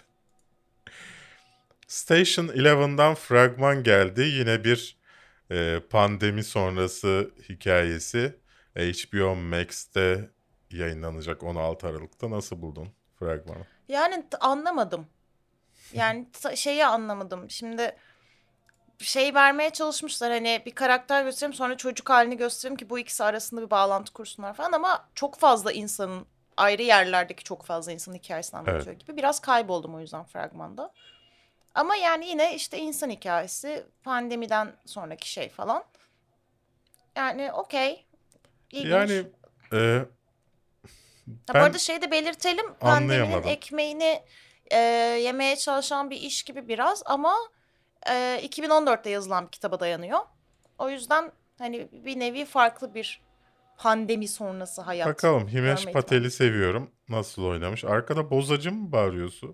Station 11'dan fragman geldi. Yine bir pandemi sonrası hikayesi. HBO Max'te yayınlanacak 16 Aralık'ta. Nasıl buldun fragmanı? Yani anlamadım. Yani şeyi anlamadım. Şimdi şey vermeye çalışmışlar, hani bir karakter göstereyim sonra çocuk halini göstereyim ki bu ikisi arasında bir bağlantı kursunlar falan, ama çok fazla insanın, ayrı yerlerdeki çok fazla insanın hikayesini anlatıyor gibi. Biraz kayboldum o yüzden fragmanda. Ama yani yine işte insan hikayesi, pandemiden sonraki şey falan. Yani okey, ilginç. Yani e, Ha, bu ben arada şey de belirtelim, pandeminin anlayamadım. ekmeğini yemeye çalışan bir iş gibi biraz, ama 2014'te yazılan bir kitaba dayanıyor. O yüzden hani bir nevi farklı bir pandemi sonrası hayat Bakalım, Himeş görme ihtimali. Patel'i seviyorum. Nasıl oynamış? Arkada bozacı mı bağırıyorsun?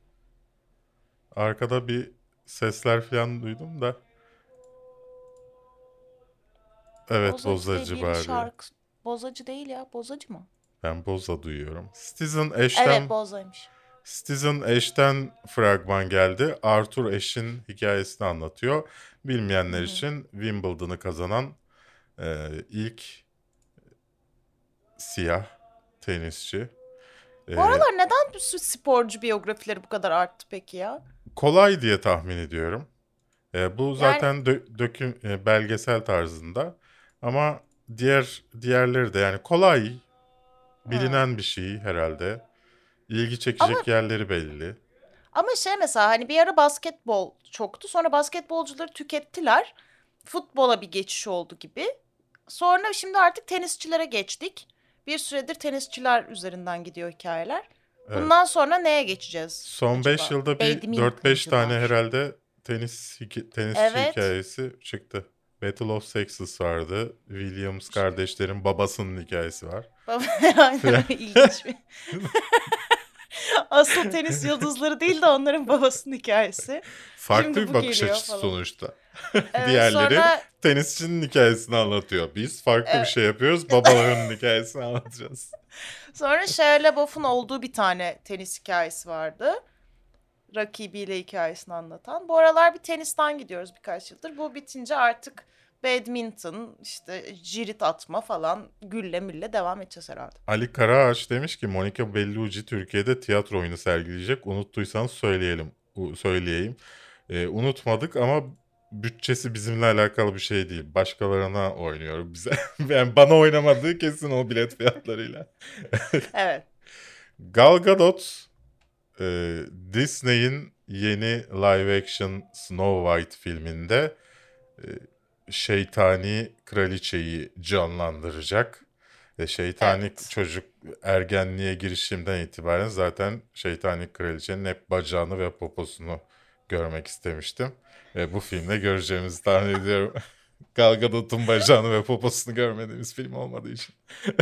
Arkada bir sesler falan duydum da. Evet, Bozacı diye bozacı bir bağırıyor. şarkı. Bozacı değil ya. Bozacı mı? Ben boza duyuyorum. Citizen Evet, Ash'ten Boza'ymış. fragman geldi. Arthur Ashe'in hikayesini anlatıyor. Hı Bilmeyenler hı. için Wimbledon'ı kazanan ilk siyah tenisçi. Bu E, aralar neden bu sporcu biyografileri bu kadar arttı peki ya? kolay diye tahmin ediyorum. Bu Yani zaten belgesel tarzında. Ama diğerleri de yani kolay, hı. bilinen bir şey herhalde. İlgi Ama çekecek yerleri belli. şey, mesela hani bir ara basketbol çoktu. Sonra basketbolcuları tükettiler. Futbola bir geçiş oldu gibi. Sonra şimdi artık tenisçilere geçtik. Bir süredir tenisçiler üzerinden gidiyor hikayeler. Evet. Bundan sonra neye geçeceğiz Son 5 acaba? yılda bir 4-5 tane Badmintoncılar. herhalde tenisçi Evet. hikayesi çıktı. Battle of Sexes vardı. Williams kardeşlerin babasının hikayesi var. Aynen, ilginç bir. Asıl tenis yıldızları değil de onların babasının hikayesi. Farklı Şimdi bir bu bakış geliyor açısı falan. sonuçta. Evet, Diğerleri sonra tenisçinin hikayesini anlatıyor. Biz farklı bir e, şey yapıyoruz. Babalarının hikayesini anlatacağız. sonra Shia LaBeouf'un olduğu bir tane tenis hikayesi vardı. Rakibiyle hikayesini anlatan. Bu aralar bir tenisten gidiyoruz birkaç yıldır. Bu bitince artık badminton, işte cirit atma falan, gülle mülle devam edeceğiz herhalde. Ali Karaağaç demiş ki Monica Bellucci Türkiye'de tiyatro oyunu sergileyecek. Unuttuysanız söyleyeyim. Unutmadık ama bütçesi bizimle alakalı bir şey değil. Başkalarına oynuyor bize. Yani bana oynamadığı kesin o bilet fiyatlarıyla. Evet. Gal Gadot Disney'in yeni live action Snow White filminde e, şeytani kraliçeyi canlandıracak. Şeytani Evet. çocuk ergenliğe girişimden itibaren zaten şeytani kraliçenin hep bacağını ve poposunu görmek istemiştim. Bu filmde göreceğimizi tahmin ediyorum. Gal Gadot'un bacağını ve poposunu görmediğimiz film olmadığı için.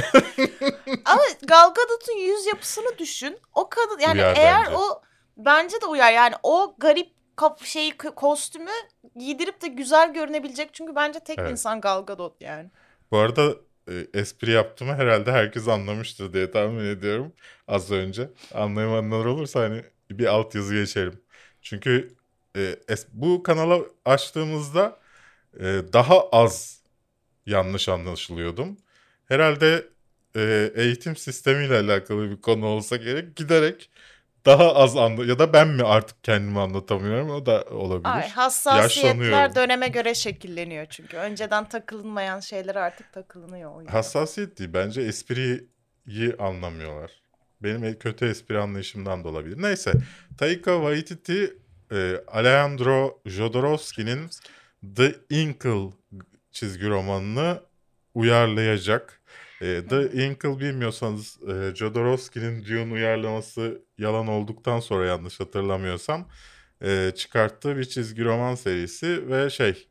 Ama Gal Gadot'un yüz yapısını düşün. O kadın, yani Uyar eğer bence. o, bence de uyar. Yani o garip kostümü giydirip de güzel görünebilecek. Çünkü bence tek Evet. insan Gal Gadot yani. Bu arada espri yaptığımı herhalde herkes anlamıştır diye tahmin ediyorum az önce. Anlayamayanlar olursa hani bir altyazı geçerim. Çünkü bu kanalı açtığımızda daha az yanlış anlaşılıyordum. Herhalde eğitim sistemiyle alakalı bir konu olsa gerek, giderek daha az ya da ben mi artık kendimi anlatamıyorum, o da Ay, olabilir. hassasiyetler Yaşlanıyorum. döneme göre şekilleniyor çünkü. Önceden takılınmayan şeyler artık takılınıyor, o yüzden. Hassasiyet değil. Bence espriyi anlamıyorlar. Benim kötü espri anlayışımdan da olabilir. Neyse. Taika Waititi Alejandro Jodorowsky'nin The Inkle çizgi romanını uyarlayacak. Hı The hı. Inkle bilmiyorsanız Jodorowsky'nin Dune uyarlaması yalan olduktan sonra, yanlış hatırlamıyorsam, çıkarttığı bir çizgi roman serisi ve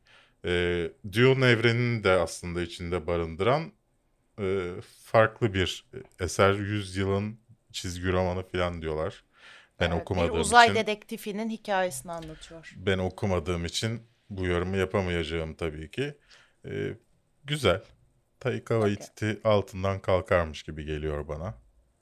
Dune evrenini de aslında içinde barındıran farklı bir eser. 100 yılın çizgi romanı falan diyorlar. Ben Evet, bir okumadığım uzay için dedektifinin hikayesini anlatıyor. bu yorumu yapamayacağım tabii ki. Ee, güzel. Taika Okey. Waititi altından kalkarmış gibi geliyor bana.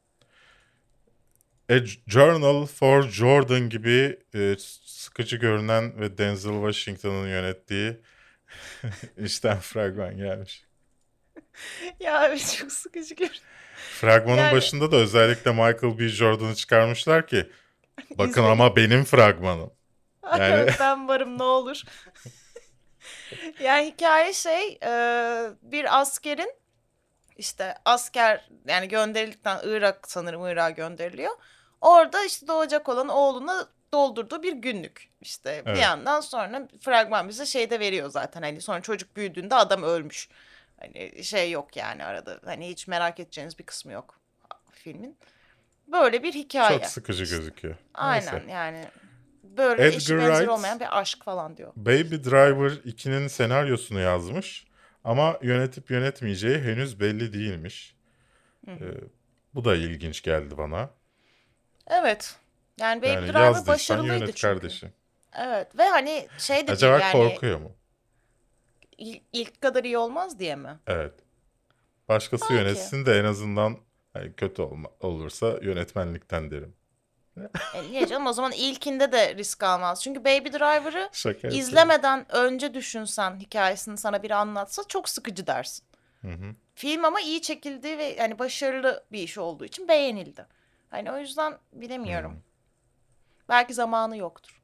A Journal for Jordan gibi sıkıcı görünen ve Denzel Washington'ın yönettiği işten fragman gelmiş. Ya evet, çok sıkıcı görünüyor. Fragmanın Yani- başında da özellikle Michael B. Jordan'ı çıkarmışlar ki bakın İzleyin. ama benim fragmanım. Yani- Ben varım ne olur. Yani hikaye bir askerin işte asker yani gönderildikten Irak'a gönderiliyor. Orada işte doğacak olan oğluna doldurduğu bir günlük. İşte bir Evet. yandan sonra fragman bize de veriyor zaten. Hani sonra çocuk büyüdüğünde adam ölmüş. Hani yok yani arada. Hani hiç merak edeceğiniz bir kısmı yok filmin. Böyle bir hikaye. Çok sıkıcı gözüküyor. Aynen Neyse. yani. Böyle Edgar eşi benzeri Wright- olmayan bir aşk falan diyor. Baby Driver 2'nin senaryosunu yazmış ama yönetip yönetmeyeceği henüz belli değilmiş. Bu da ilginç geldi bana. Evet. Yani Baby Yani Driver yazdıysan başarılıydı yönet çünkü. kardeşim. Evet ve hani de Acaba değil yani korkuyor mu? ilk kadar iyi olmaz diye mi? Evet. Başkası Belki. yönetsin de en azından kötü olursa yönetmenlikten derim. Niye canım o zaman ilkinde de risk almaz. Çünkü Baby Driver'ı Şaka yapıyorum. izlemeden önce düşünsen hikayesini sana biri anlatsa çok sıkıcı dersin. Hı hı. Film ama iyi çekildi ve yani başarılı bir iş olduğu için beğenildi. Hani o yüzden bilemiyorum. Belki zamanı yoktur.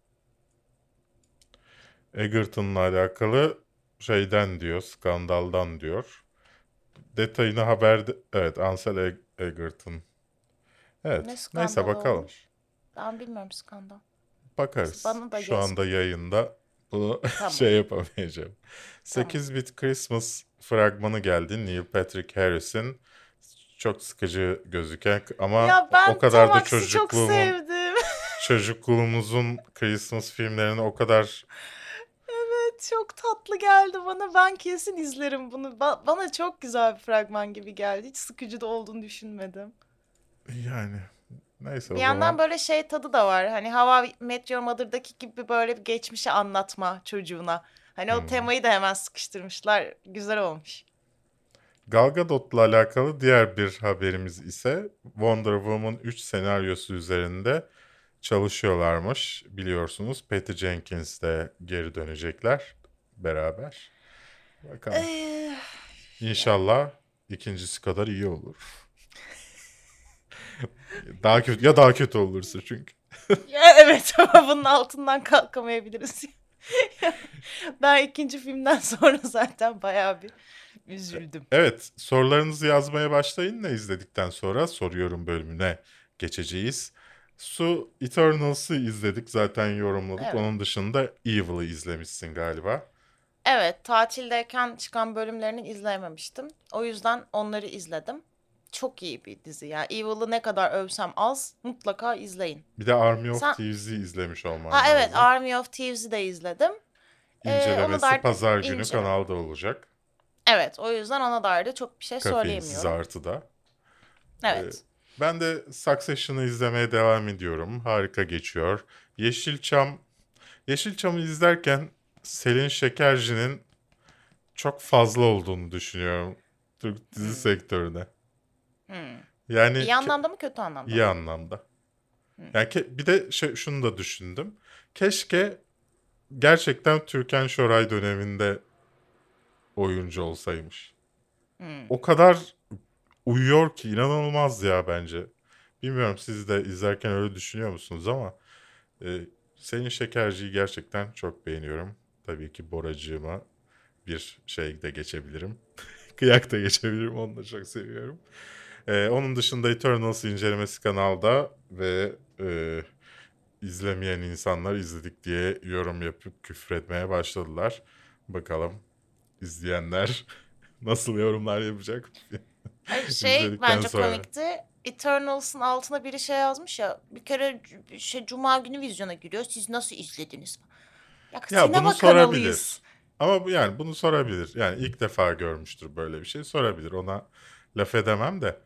Egerton'la alakalı şeyden diyor, skandaldan diyor. Detayını haberde... Evet, Ansel Egerton. Ne Evet, neyse skandalı bakalım. olmuş? Ben bilmiyorum skandal. Bakarız. Bana da Şu yaz. anda yayında bunu Tamam. yapamayacağım. 8-bit Christmas fragmanı geldi. Neil Patrick Harris'in çok sıkıcı gözüken ama Ya ben o kadar tam da aksi çok sevdim. çocukluğumuzun Christmas filmlerini o kadar Çok tatlı geldi bana. Ben kesin izlerim bunu. Bana çok güzel bir fragman gibi geldi. Hiç sıkıcı da olduğunu düşünmedim. yani neyse o Bir yandan zaman böyle tadı da var. Hani How I Met Your Mother'daki gibi böyle bir geçmişi anlatma çocuğuna. Hani o temayı da hemen sıkıştırmışlar. Güzel olmuş. Gal Gadot'la alakalı diğer bir haberimiz ise Wonder Woman 3 senaryosu üzerinde çalışıyorlarmış. Biliyorsunuz Patty Jenkins de geri dönecekler beraber. Bakalım. İnşallah ikincisi kadar iyi olur. Daha kötü olursa çünkü. Ya evet ama bunun altından kalkamayabiliriz. Ben ikinci filmden sonra zaten bayağı bir üzüldüm. Evet, sorularınızı yazmaya başlayın. Ne izledikten sonra soruyorum bölümüne geçeceğiz. Su Eternals'ı izledik, zaten yorumladık. Evet. Onun dışında Evil'ı izlemişsin galiba. Evet, tatildeyken çıkan bölümlerini izleyememiştim. O yüzden onları izledim. Çok iyi bir dizi ya. Evil'ı ne kadar övsem az, mutlaka izleyin. Bir de Army of Sen- Thieves'i izlemiş olman Ha evet, lazım. Army of Thieves'i de izledim. İncelemesi onu da pazar günü inceleme. kanalda olacak. Evet, o yüzden ona dair de çok bir şey Kafeinsiz söyleyemiyorum. artıda. Evet. Ben de Succession'ı izlemeye devam ediyorum. Harika geçiyor. Yeşilçam'ı izlerken Selin Şekerci'nin çok fazla olduğunu düşünüyorum Türk dizi sektörüne. Yani İyi anlamda mı kötü anlamda iyi mı? anlamda. Yani bir de şunu da düşündüm. Keşke gerçekten Türkan Şoray döneminde oyuncu olsaymış. O kadar uyuyor ki inanılmaz ya bence. Bilmiyorum siz de izlerken öyle düşünüyor musunuz ama Selin Şekerci'yi gerçekten çok beğeniyorum. Tabii ki Boracığıma bir şey de geçebilirim. Kıyak da geçebilirim. Onu da çok seviyorum. Onun dışında Eternals incelemesi kanalda ve izlemeyen insanlar izledik diye yorum yapıp küfretmeye başladılar. Bakalım izleyenler nasıl yorumlar yapacak? Ay, İzledikten bence sonra. komikti. Eternals'ın altına biri yazmış ya. Bir kere Cuma günü vizyona giriyor. Siz nasıl izlediniz? Ya, Ya sinema bunu sorabilir. kanalıyız. Ama yani bunu sorabilir. Yani ilk defa görmüştür böyle bir şey. Sorabilir. Ona laf edemem de.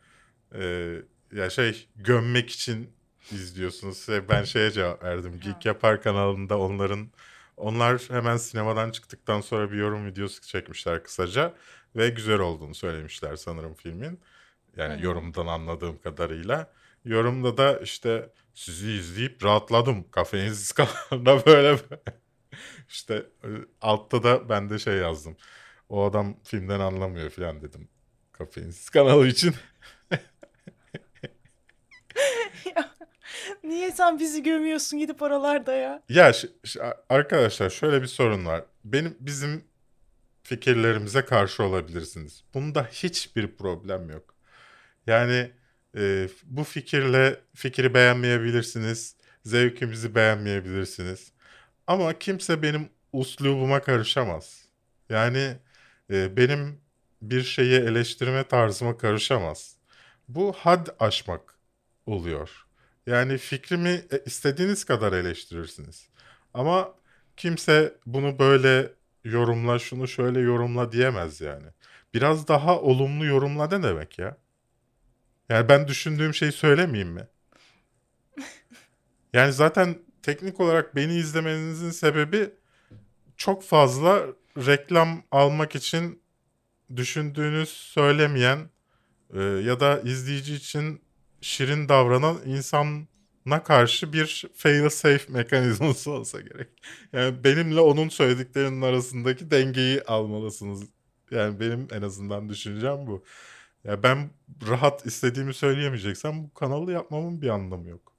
Ya gömmek için izliyorsunuz. Ben cevap verdim. Geek Yapar kanalında onlar hemen sinemadan çıktıktan sonra bir yorum videosu çekmişler kısaca. Ve güzel olduğunu söylemişler sanırım filmin. Yani yorumdan anladığım kadarıyla. Yorumda da işte sizi izleyip rahatladım. Kafeinsiz kanalında böyle. İşte altta da ben de yazdım. O adam filmden anlamıyor falan dedim. Kafeinsiz kanalı için. Niye sen bizi gömüyorsun gidip oralarda ya? Ya arkadaşlar şöyle bir sorun var. Bizim fikirlerimize karşı olabilirsiniz. Bunda hiçbir problem yok. Yani bu fikri beğenmeyebilirsiniz. Zevkimizi beğenmeyebilirsiniz. Ama kimse benim uslubuma karışamaz. Yani benim bir şeyi eleştirme tarzıma karışamaz. Bu had aşmak oluyor. Yani fikrimi istediğiniz kadar eleştirirsiniz. Ama kimse bunu böyle yorumla, şunu şöyle yorumla diyemez yani. Biraz daha olumlu yorumla ne demek ya? Yani ben düşündüğüm şeyi söylemeyeyim mi? Yani zaten teknik olarak beni izlemenizin sebebi çok fazla reklam almak için düşündüğünüz söylemeyen ya da izleyici için şirin davranan insana karşı bir fail safe mekanizması olsa gerek. Yani benimle onun söylediklerinin arasındaki dengeyi almalısınız. Yani benim en azından düşüncem bu. Ya ben rahat istediğimi söyleyemeyeceksem bu kanalı yapmamın bir anlamı yok.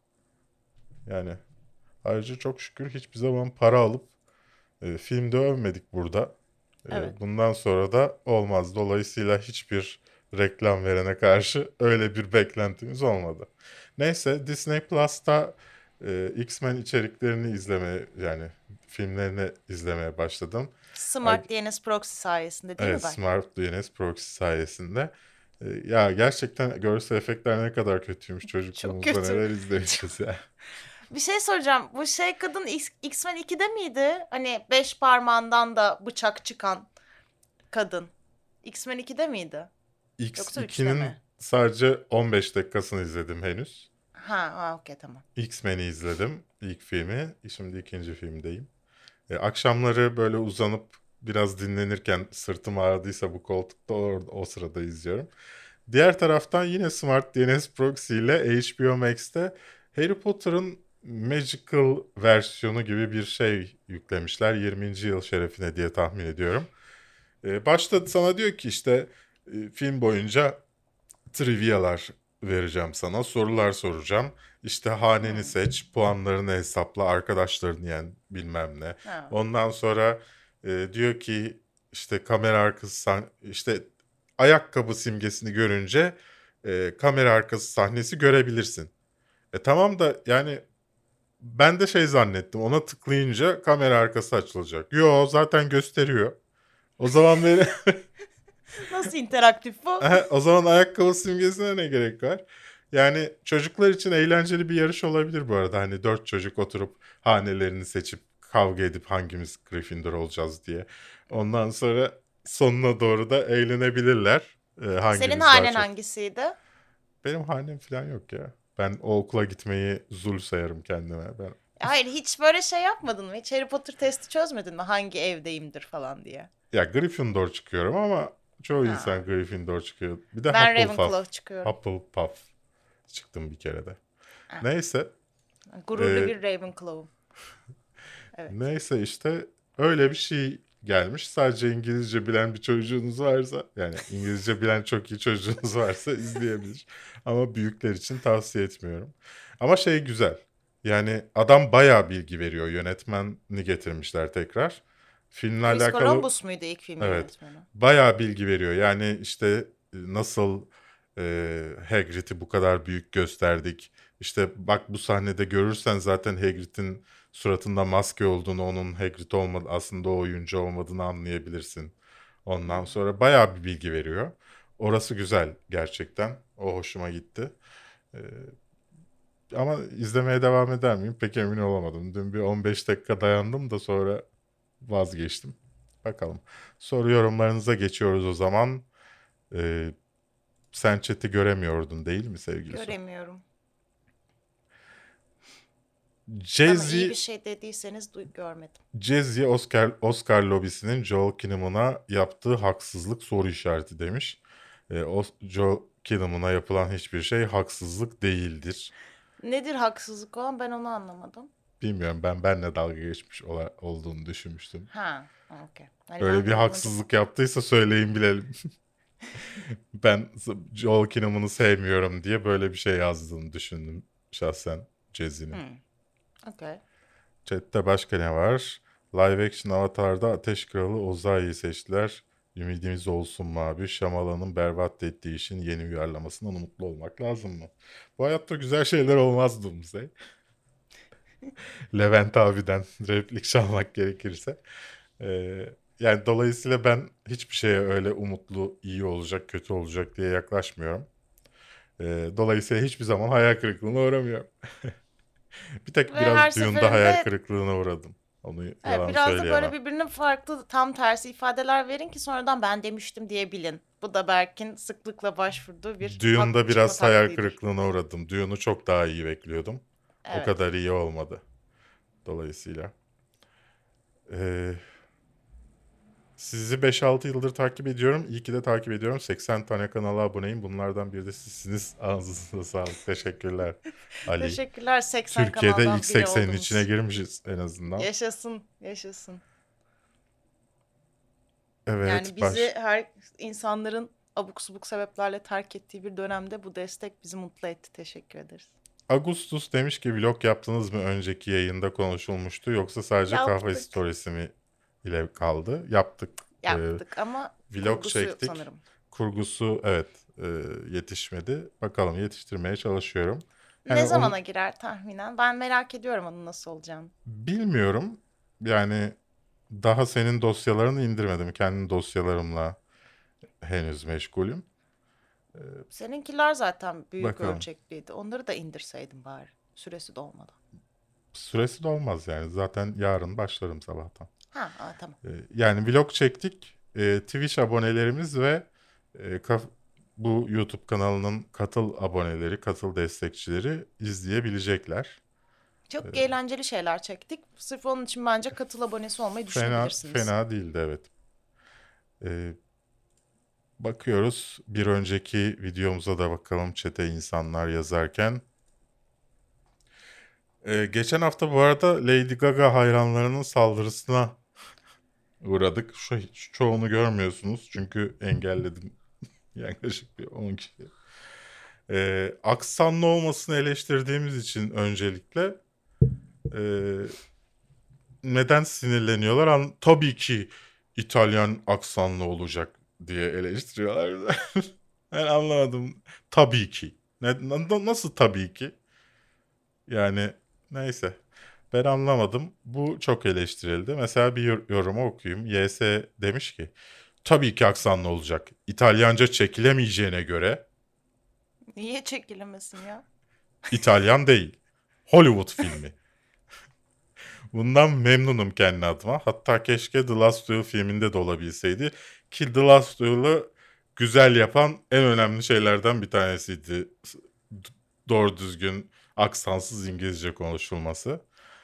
Yani ayrıca çok şükür hiçbir zaman para alıp filmde övmedik burada. Evet. Bundan sonra da olmaz. Dolayısıyla hiçbir reklam verene karşı öyle bir beklentimiz olmadı. Neyse Disney Plus'ta X-Men içeriklerini izlemeye yani filmlerini izlemeye başladım. Smart DNS Proxy sayesinde değil mi Evet, ben? Smart DNS Proxy sayesinde. Ya gerçekten görsel efektler ne kadar kötüymüş çocukluğumuzda kötü. neler izlemişiz ya. Bir şey soracağım. Bu kadın X-Men 2'de miydi? Hani 5 parmağından da bıçak çıkan kadın. X-Men 2'de miydi? Yoksa 3'te X2'nin mi? sadece 15 dakikasını izledim henüz. Ha, okey tamam. X-Men'i izledim ilk filmi. Şimdi ikinci filmdeyim. Akşamları böyle uzanıp biraz dinlenirken sırtım ağrıdıysa bu koltukta o sırada izliyorum. Diğer taraftan yine Smart DNS Proxy ile HBO Max'te Harry Potter'ın Magical versiyonu gibi bir şey yüklemişler. 20. yıl şerefine diye tahmin ediyorum. Başta sana diyor ki işte film boyunca trivyalar vereceğim sana. Sorular soracağım. İşte haneni seç, puanlarını hesapla, arkadaşlarını yen bilmem ne. Ha. Ondan sonra diyor ki işte kamera arkası işte ayakkabı simgesini görünce kamera arkası sahnesi görebilirsin. Tamam da yani ben de şey zannettim. Ona tıklayınca kamera arkası açılacak. Yo zaten gösteriyor. O zaman beni Nasıl interaktif bu? o zaman ayakkabı simgesine ne gerek var? Yani çocuklar için eğlenceli bir yarış olabilir bu arada. Hani 4 çocuk oturup hanelerini seçip kavga edip hangimiz Gryffindor olacağız diye. Ondan sonra sonuna doğru da eğlenebilirler. Hangimiz Senin daha hanen çok. hangisiydi? Benim hanem falan yok ya. Ben o okula gitmeyi zul sayarım kendime. Hayır hiç böyle şey yapmadın mı? Hiç Harry Potter testi çözmedin mi? Hangi evdeyimdir falan diye. Ya Gryffindor çıkıyorum ama çoğu Ha. insan Gryffindor çıkıyor. Bir de Ben Hufflepuff. Ravenclaw çıkıyorum. Hufflepuff çıktım bir kere de. Ha. Neyse. Gururlu bir Ravenclaw'um. Evet. Neyse işte öyle bir şey gelmiş. Sadece İngilizce bilen bir çocuğunuz varsa yani İngilizce bilen çok iyi çocuğunuz varsa izleyebilir. Ama büyükler için tavsiye etmiyorum. Ama şey güzel. Yani adam bayağı bilgi veriyor. Yönetmeni getirmişler tekrar. Filmle Chris alakalı Columbus muydu ilk filmin evet yönetmeni? bayağı bilgi veriyor. Yani işte nasıl Hagrid'i bu kadar büyük gösterdik. İşte bak bu sahnede görürsen zaten Hagrid'in suratında maske olduğunu, onun Hagrid olmadı aslında o oyuncu olmadığını anlayabilirsin. Ondan sonra bayağı bir bilgi veriyor. Orası güzel gerçekten. O hoşuma gitti. Ee, Ama izlemeye devam eder miyim? Pek emin olamadım. Dün bir 15 dakika dayandım da sonra vazgeçtim. Bakalım. Soru yorumlarınıza geçiyoruz o zaman. Sen chat'i göremiyordun değil mi sevgili Su? Göremiyorum. Ama Jay-Z, iyi bir şey dediyseniz görmedim. Jay-Z Oscar lobisinin Joel Kinnaman'a yaptığı haksızlık soru işareti demiş. Joel Kinnaman'a yapılan hiçbir şey haksızlık değildir. Nedir haksızlık olan ben onu anlamadım. Bilmiyorum benle dalga geçmiş olduğunu düşünmüştüm. Ha, okey. Hani Öyle ben bir haksızlık yaptıysa söyleyin bilelim. Ben Joel Kinnaman'ı sevmiyorum diye böyle bir şey yazdığını düşündüm şahsen Jazzy'nin. Okay. Chat'te başka ne var? Live action Avatar'da Ateş Kralı Ozai'yi seçtiler. Ümidimiz olsun mu abi? Shyamalan'ın berbat ettiği işin yeni uyarlamasından umutlu olmak lazım mı? Bu hayatta güzel şeyler olmaz Doomsday. Levent abiden replik çalmak gerekirse. Yani dolayısıyla ben hiçbir şeye öyle umutlu, iyi olacak, kötü olacak diye yaklaşmıyorum. Dolayısıyla hiçbir zaman hayal kırıklığına uğramıyorum. Bir tek Ve her biraz Dune'da hayal seferinde kırıklığına uğradım. Onu evet, yalan biraz da böyle söyleyemem. birbirinin farklı tam tersi ifadeler verin ki sonradan ben demiştim diyebilin. Bu da Berk'in sıklıkla başvurduğu bir haklı Dune'da çıkma biraz hayal taktiğidir. kırıklığına uğradım. Dune'u çok daha iyi bekliyordum. O Evet. kadar iyi olmadı. Dolayısıyla. Ee, Sizi 5-6 yıldır takip ediyorum. İyi ki de takip ediyorum. 80 tane kanala aboneyim. Bunlardan biri de sizsiniz. Ağzınıza sağlık. Teşekkürler Ali. Teşekkürler 80 Türkiye'de kanaldan ilk biri 80'in oldunuz. içine girmişiz en azından. Yaşasın, yaşasın. Evet, Yani bizi her insanların abuk subuk sebeplerle terk ettiği bir dönemde bu destek bizi mutlu etti. Teşekkür ederiz. Agustus demiş ki vlog yaptınız mı? Önceki yayında konuşulmuştu. Yoksa sadece kahve Yaptık. storiesi mi ile kaldı? Yaptık. Yaptık ama Vlog kurgusu yok çektik. sanırım. Kurgusu evet yetişmedi. Bakalım yetiştirmeye çalışıyorum. Yani Ne onu zamana girer tahminen? Ben merak ediyorum onun nasıl olacağını. bilmiyorum. Yani daha senin dosyalarını indirmedim. Kendi dosyalarımla henüz meşgulüm. Seninkiler zaten büyük Bakalım. ölçekliydi. Onları da indirseydim bari. Süresi dolmadan. Süresi de olmaz yani. Zaten yarın başlarım sabahtan. Tamam. Yani vlog çektik. Twitch abonelerimiz ve bu YouTube kanalının katıl aboneleri, katıl destekçileri izleyebilecekler. Çok eğlenceli şeyler çektik. Sırf onun için bence katıl abonesi olmayı düşünebilirsiniz. Fena değildi evet. Bakıyoruz. Bir önceki videomuza da bakalım chat'e insanlar yazarken. Geçen hafta bu arada Lady Gaga hayranlarının saldırısına uğradık. Şu çoğunu görmüyorsunuz çünkü engelledim yaklaşık bir 10 kişi. Aksanlı olmasını eleştirdiğimiz için öncelikle neden sinirleniyorlar? Tabii ki İtalyan aksanlı olacak diye eleştiriyorlar. Ben anlamadım. Tabii ki. Nasıl tabii ki? Yani neyse. Ben anlamadım. Bu çok eleştirildi. Mesela bir yorumu okuyayım. YS demiş ki tabii ki aksanlı olacak. İtalyanca çekilemeyeceğine göre Niye çekilemesin ya? İtalyan değil. Hollywood filmi. Bundan memnunum kendi adıma. Hatta keşke The Last Duel filminde de olabilseydi. Ki The Last Duel'ı güzel yapan en önemli şeylerden bir tanesiydi. Doğru düzgün aksansız İngilizce konuşulması.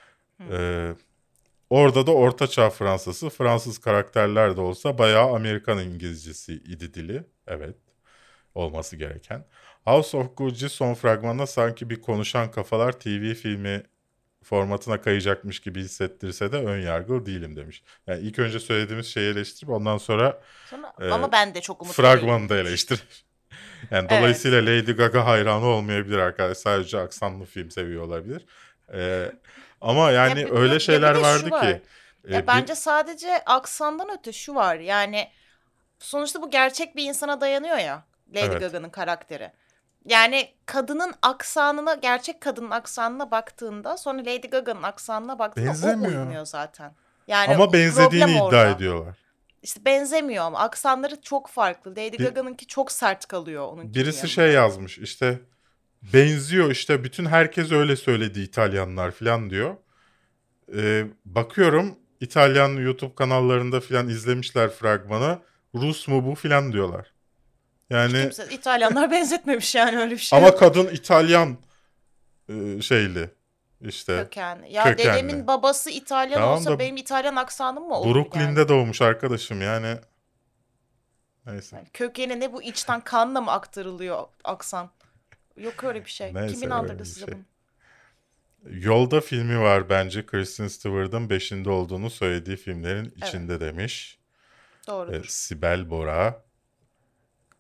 Orada da Ortaçağ Fransızı, Fransız karakterler de olsa bayağı Amerikan İngilizcesi idi dili. Evet, olması gereken. House of Gucci son fragmanda sanki bir konuşan kafalar TV filmi formatına kayacakmış gibi hissettirse de ön yargılı değilim demiş. Yani ilk önce söylediğimiz şeyi eleştirip ondan sonra Ama ben de çok umutlu fragmanı da değilim. eleştirir. Yani Evet. dolayısıyla Lady Gaga hayranı olmayabilir arkadaş. Sadece aksanlı film seviyor olabilir. Ama yani öyle şeyler bir de şu vardı var. ki. Bence sadece aksandan öte şu var. Yani sonuçta bu gerçek bir insana dayanıyor ya. Lady Evet. Gaga'nın karakteri. Yani kadının aksanına, gerçek kadının aksanına baktığında sonra Lady Gaga'nın aksanına baktığında Benzemiyor. o uymuyor zaten. Yani Ama benzediğini problem iddia orada. ediyorlar. İşte benzemiyor ama aksanları çok farklı. Lady Gaga'nınki çok sert kalıyor onun. Birisi şey yazmış işte benziyor işte bütün herkes öyle söyledi İtalyanlar falan diyor. Bakıyorum İtalyan YouTube kanallarında falan izlemişler fragmanı. Rus mu bu falan diyorlar. Yani Kimse İtalyanlar benzetmemiş yani öyle bir şey. ama yok. kadın İtalyan şeyli işte Kökenli. Ya kökenli. dedemin babası İtalyan Tamam olsa da benim İtalyan aksanım mı olur Brooklyn'de yani? doğmuş arkadaşım yani. Neyse. Yani kökeni ne bu içten kanla mı aktarılıyor aksan? Yok öyle bir şey. Neyse, Kim öyle inandırdı bir size şey. bunu? Yolda filmi var bence. Kristen Stewart'ın 5'inde olduğunu söylediği filmlerin içinde demiş. Doğrudur. Sibel Bora.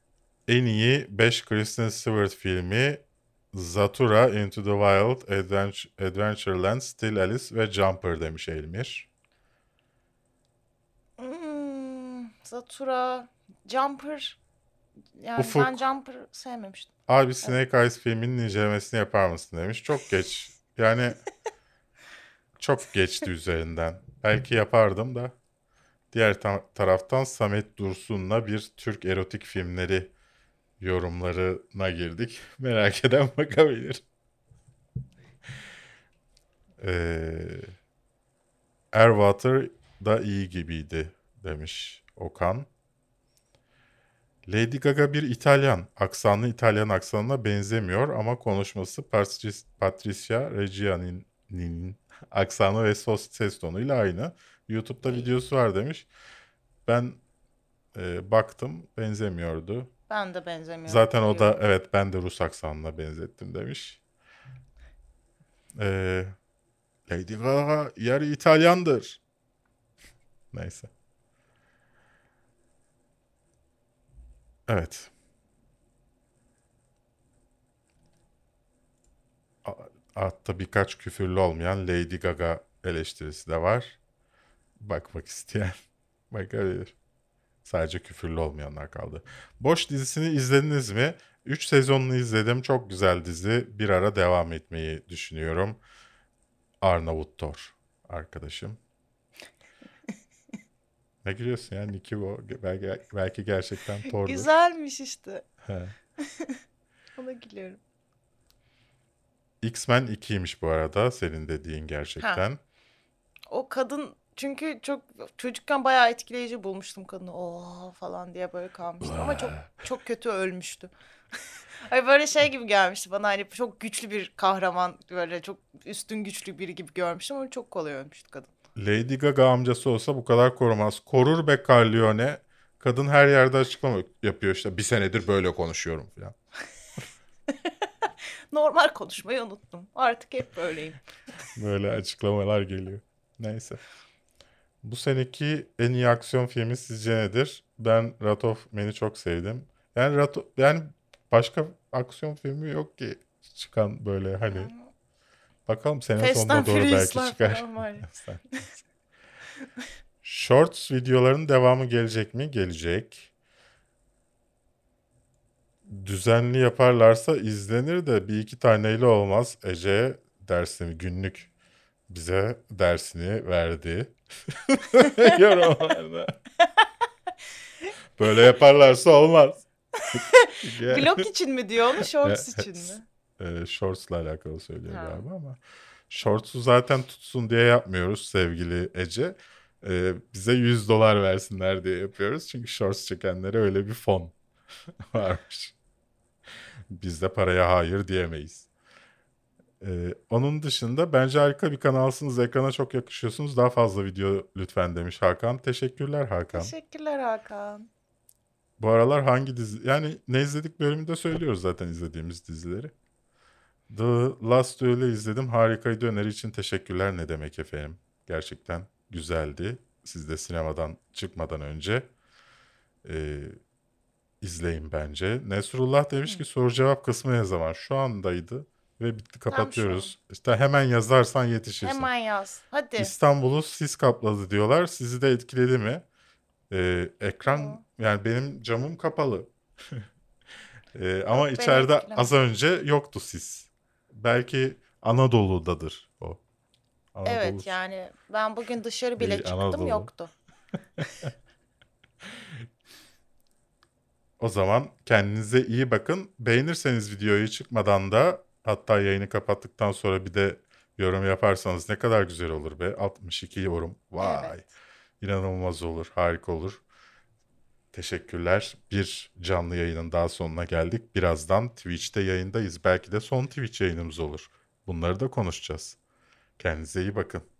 En iyi 5 Kristen Stewart filmi Zathura, Into the Wild, Adventureland, Still Alice ve Jumper demiş Elmir. Zathura, Jumper. Yani Ufuk. ben Jumper sevmemiştim. Abi Snake Eyes filminin incelemesini yapar mısın demiş. Çok geç. Yani çok geçti üzerinden. Belki yapardım da. Diğer taraftan Samet Dursun'la bir Türk erotik filmleri yorumlarına girdik. Merak eden bakabilir. Airwater da iyi gibiydi demiş Okan. Lady Gaga bir İtalyan. Aksanlı İtalyan aksanına benzemiyor ama konuşması Patricia Reggiani'nin aksanı ve ses tonuyla aynı. YouTube'da videosu var demiş. Ben baktım benzemiyordu. Ben de benzemiyorum. Zaten o da evet ben de Rus aksanına benzettim demiş. Lady Gaga yarı İtalyandır. Neyse. Evet. Hatta birkaç küfürlü olmayan Lady Gaga eleştirisi de var. Bakmak isteyen bakabilir. Sadece küfürlü olmayanlar kaldı. Boş dizisini izlediniz mi? 3 sezonunu izledim. Çok güzel dizi. Bir ara devam etmeyi düşünüyorum. Arnavut Thor arkadaşım. Ne gülüyorsun ya? Nicky o. Belki gerçekten Thor'dur. Güzelmiş işte. He. Ona gülüyorum. X-Men 2'ymiş bu arada. Senin dediğin gerçekten. O kadın çünkü çok çocukken bayağı etkileyici bulmuştum kadını. Oo falan diye böyle kalmıştım ama çok kötü ölmüştü. Ay böyle şey gibi gelmişti bana, hani çok güçlü bir kahraman, böyle çok üstün güçlü biri gibi görmüştüm ama çok kolay ölmüştü kadın. Lady Gaga amcası olsa bu kadar korumaz. Korur be Carlione. Kadın her yerde açıklama yapıyor işte. Bir senedir böyle konuşuyorum falan. Normal konuşmayı unuttum. Artık hep böyleyim. Böyle açıklamalar geliyor. Neyse. Bu seneki en iyi aksiyon filmi sizce nedir? Ben Wrath of Man'i çok sevdim. Yani başka aksiyon filmi yok ki çıkan böyle hani. Bakalım sene Fast sonuna and doğru belki Furious'lar çıkar. falan var ya. Shorts videoların devamı gelecek mi? Gelecek. Düzenli yaparlarsa izlenir de bir iki taneyle olmaz. Ece dersini günlük bize dersini verdi. Yorumlarda. Böyle yaparlarsa olmaz. Vlog için mi diyor onu, shorts için mi? Shorts'la alakalı söylüyor Ha. galiba ama Shorts'u zaten tutsun diye yapmıyoruz sevgili Ece. Bize $100 versinler diye yapıyoruz. Çünkü Shorts çekenlere öyle bir fon varmış. Biz de paraya hayır diyemeyiz. Onun dışında bence harika bir kanalsınız. Ekrana çok yakışıyorsunuz. Daha fazla video lütfen demiş Hakan. Teşekkürler Hakan. Teşekkürler Hakan. Bu aralar hangi dizi... Yani ne izledik bölümünde söylüyoruz zaten izlediğimiz dizileri. The Last Duel'ü izledim. Harikaydı. Öneri için teşekkürler. Ne demek efendim. Gerçekten güzeldi. Siz de sinemadan çıkmadan önce izleyin bence. Nesrullah demiş ki soru cevap kısmı ne zaman? Şu andaydı ve bitti, kapatıyoruz. İşte hemen yazarsan yetişirsin. Hemen yaz. Hadi. İstanbul'u sis kapladı diyorlar. Sizi de etkiledi mi? Ekran yani benim camım kapalı. Ama Yok, içeride beni etkilemedi. az önce yoktu sis. Belki Anadolu'dadır o. Anadolu. Evet yani ben bugün dışarı bile İyi, çıktım, Anadolu. yoktu. O zaman kendinize iyi bakın. Beğenirseniz videoyu çıkmadan da, hatta yayını kapattıktan sonra bir de yorum yaparsanız ne kadar güzel olur be. 62 yorum. Vay. Evet. İnanılmaz olur. Harika olur. Teşekkürler. Bir canlı yayının daha sonuna geldik. Birazdan Twitch'te yayındayız. Belki de son Twitch yayınımız olur. Bunları da konuşacağız. Kendinize iyi bakın.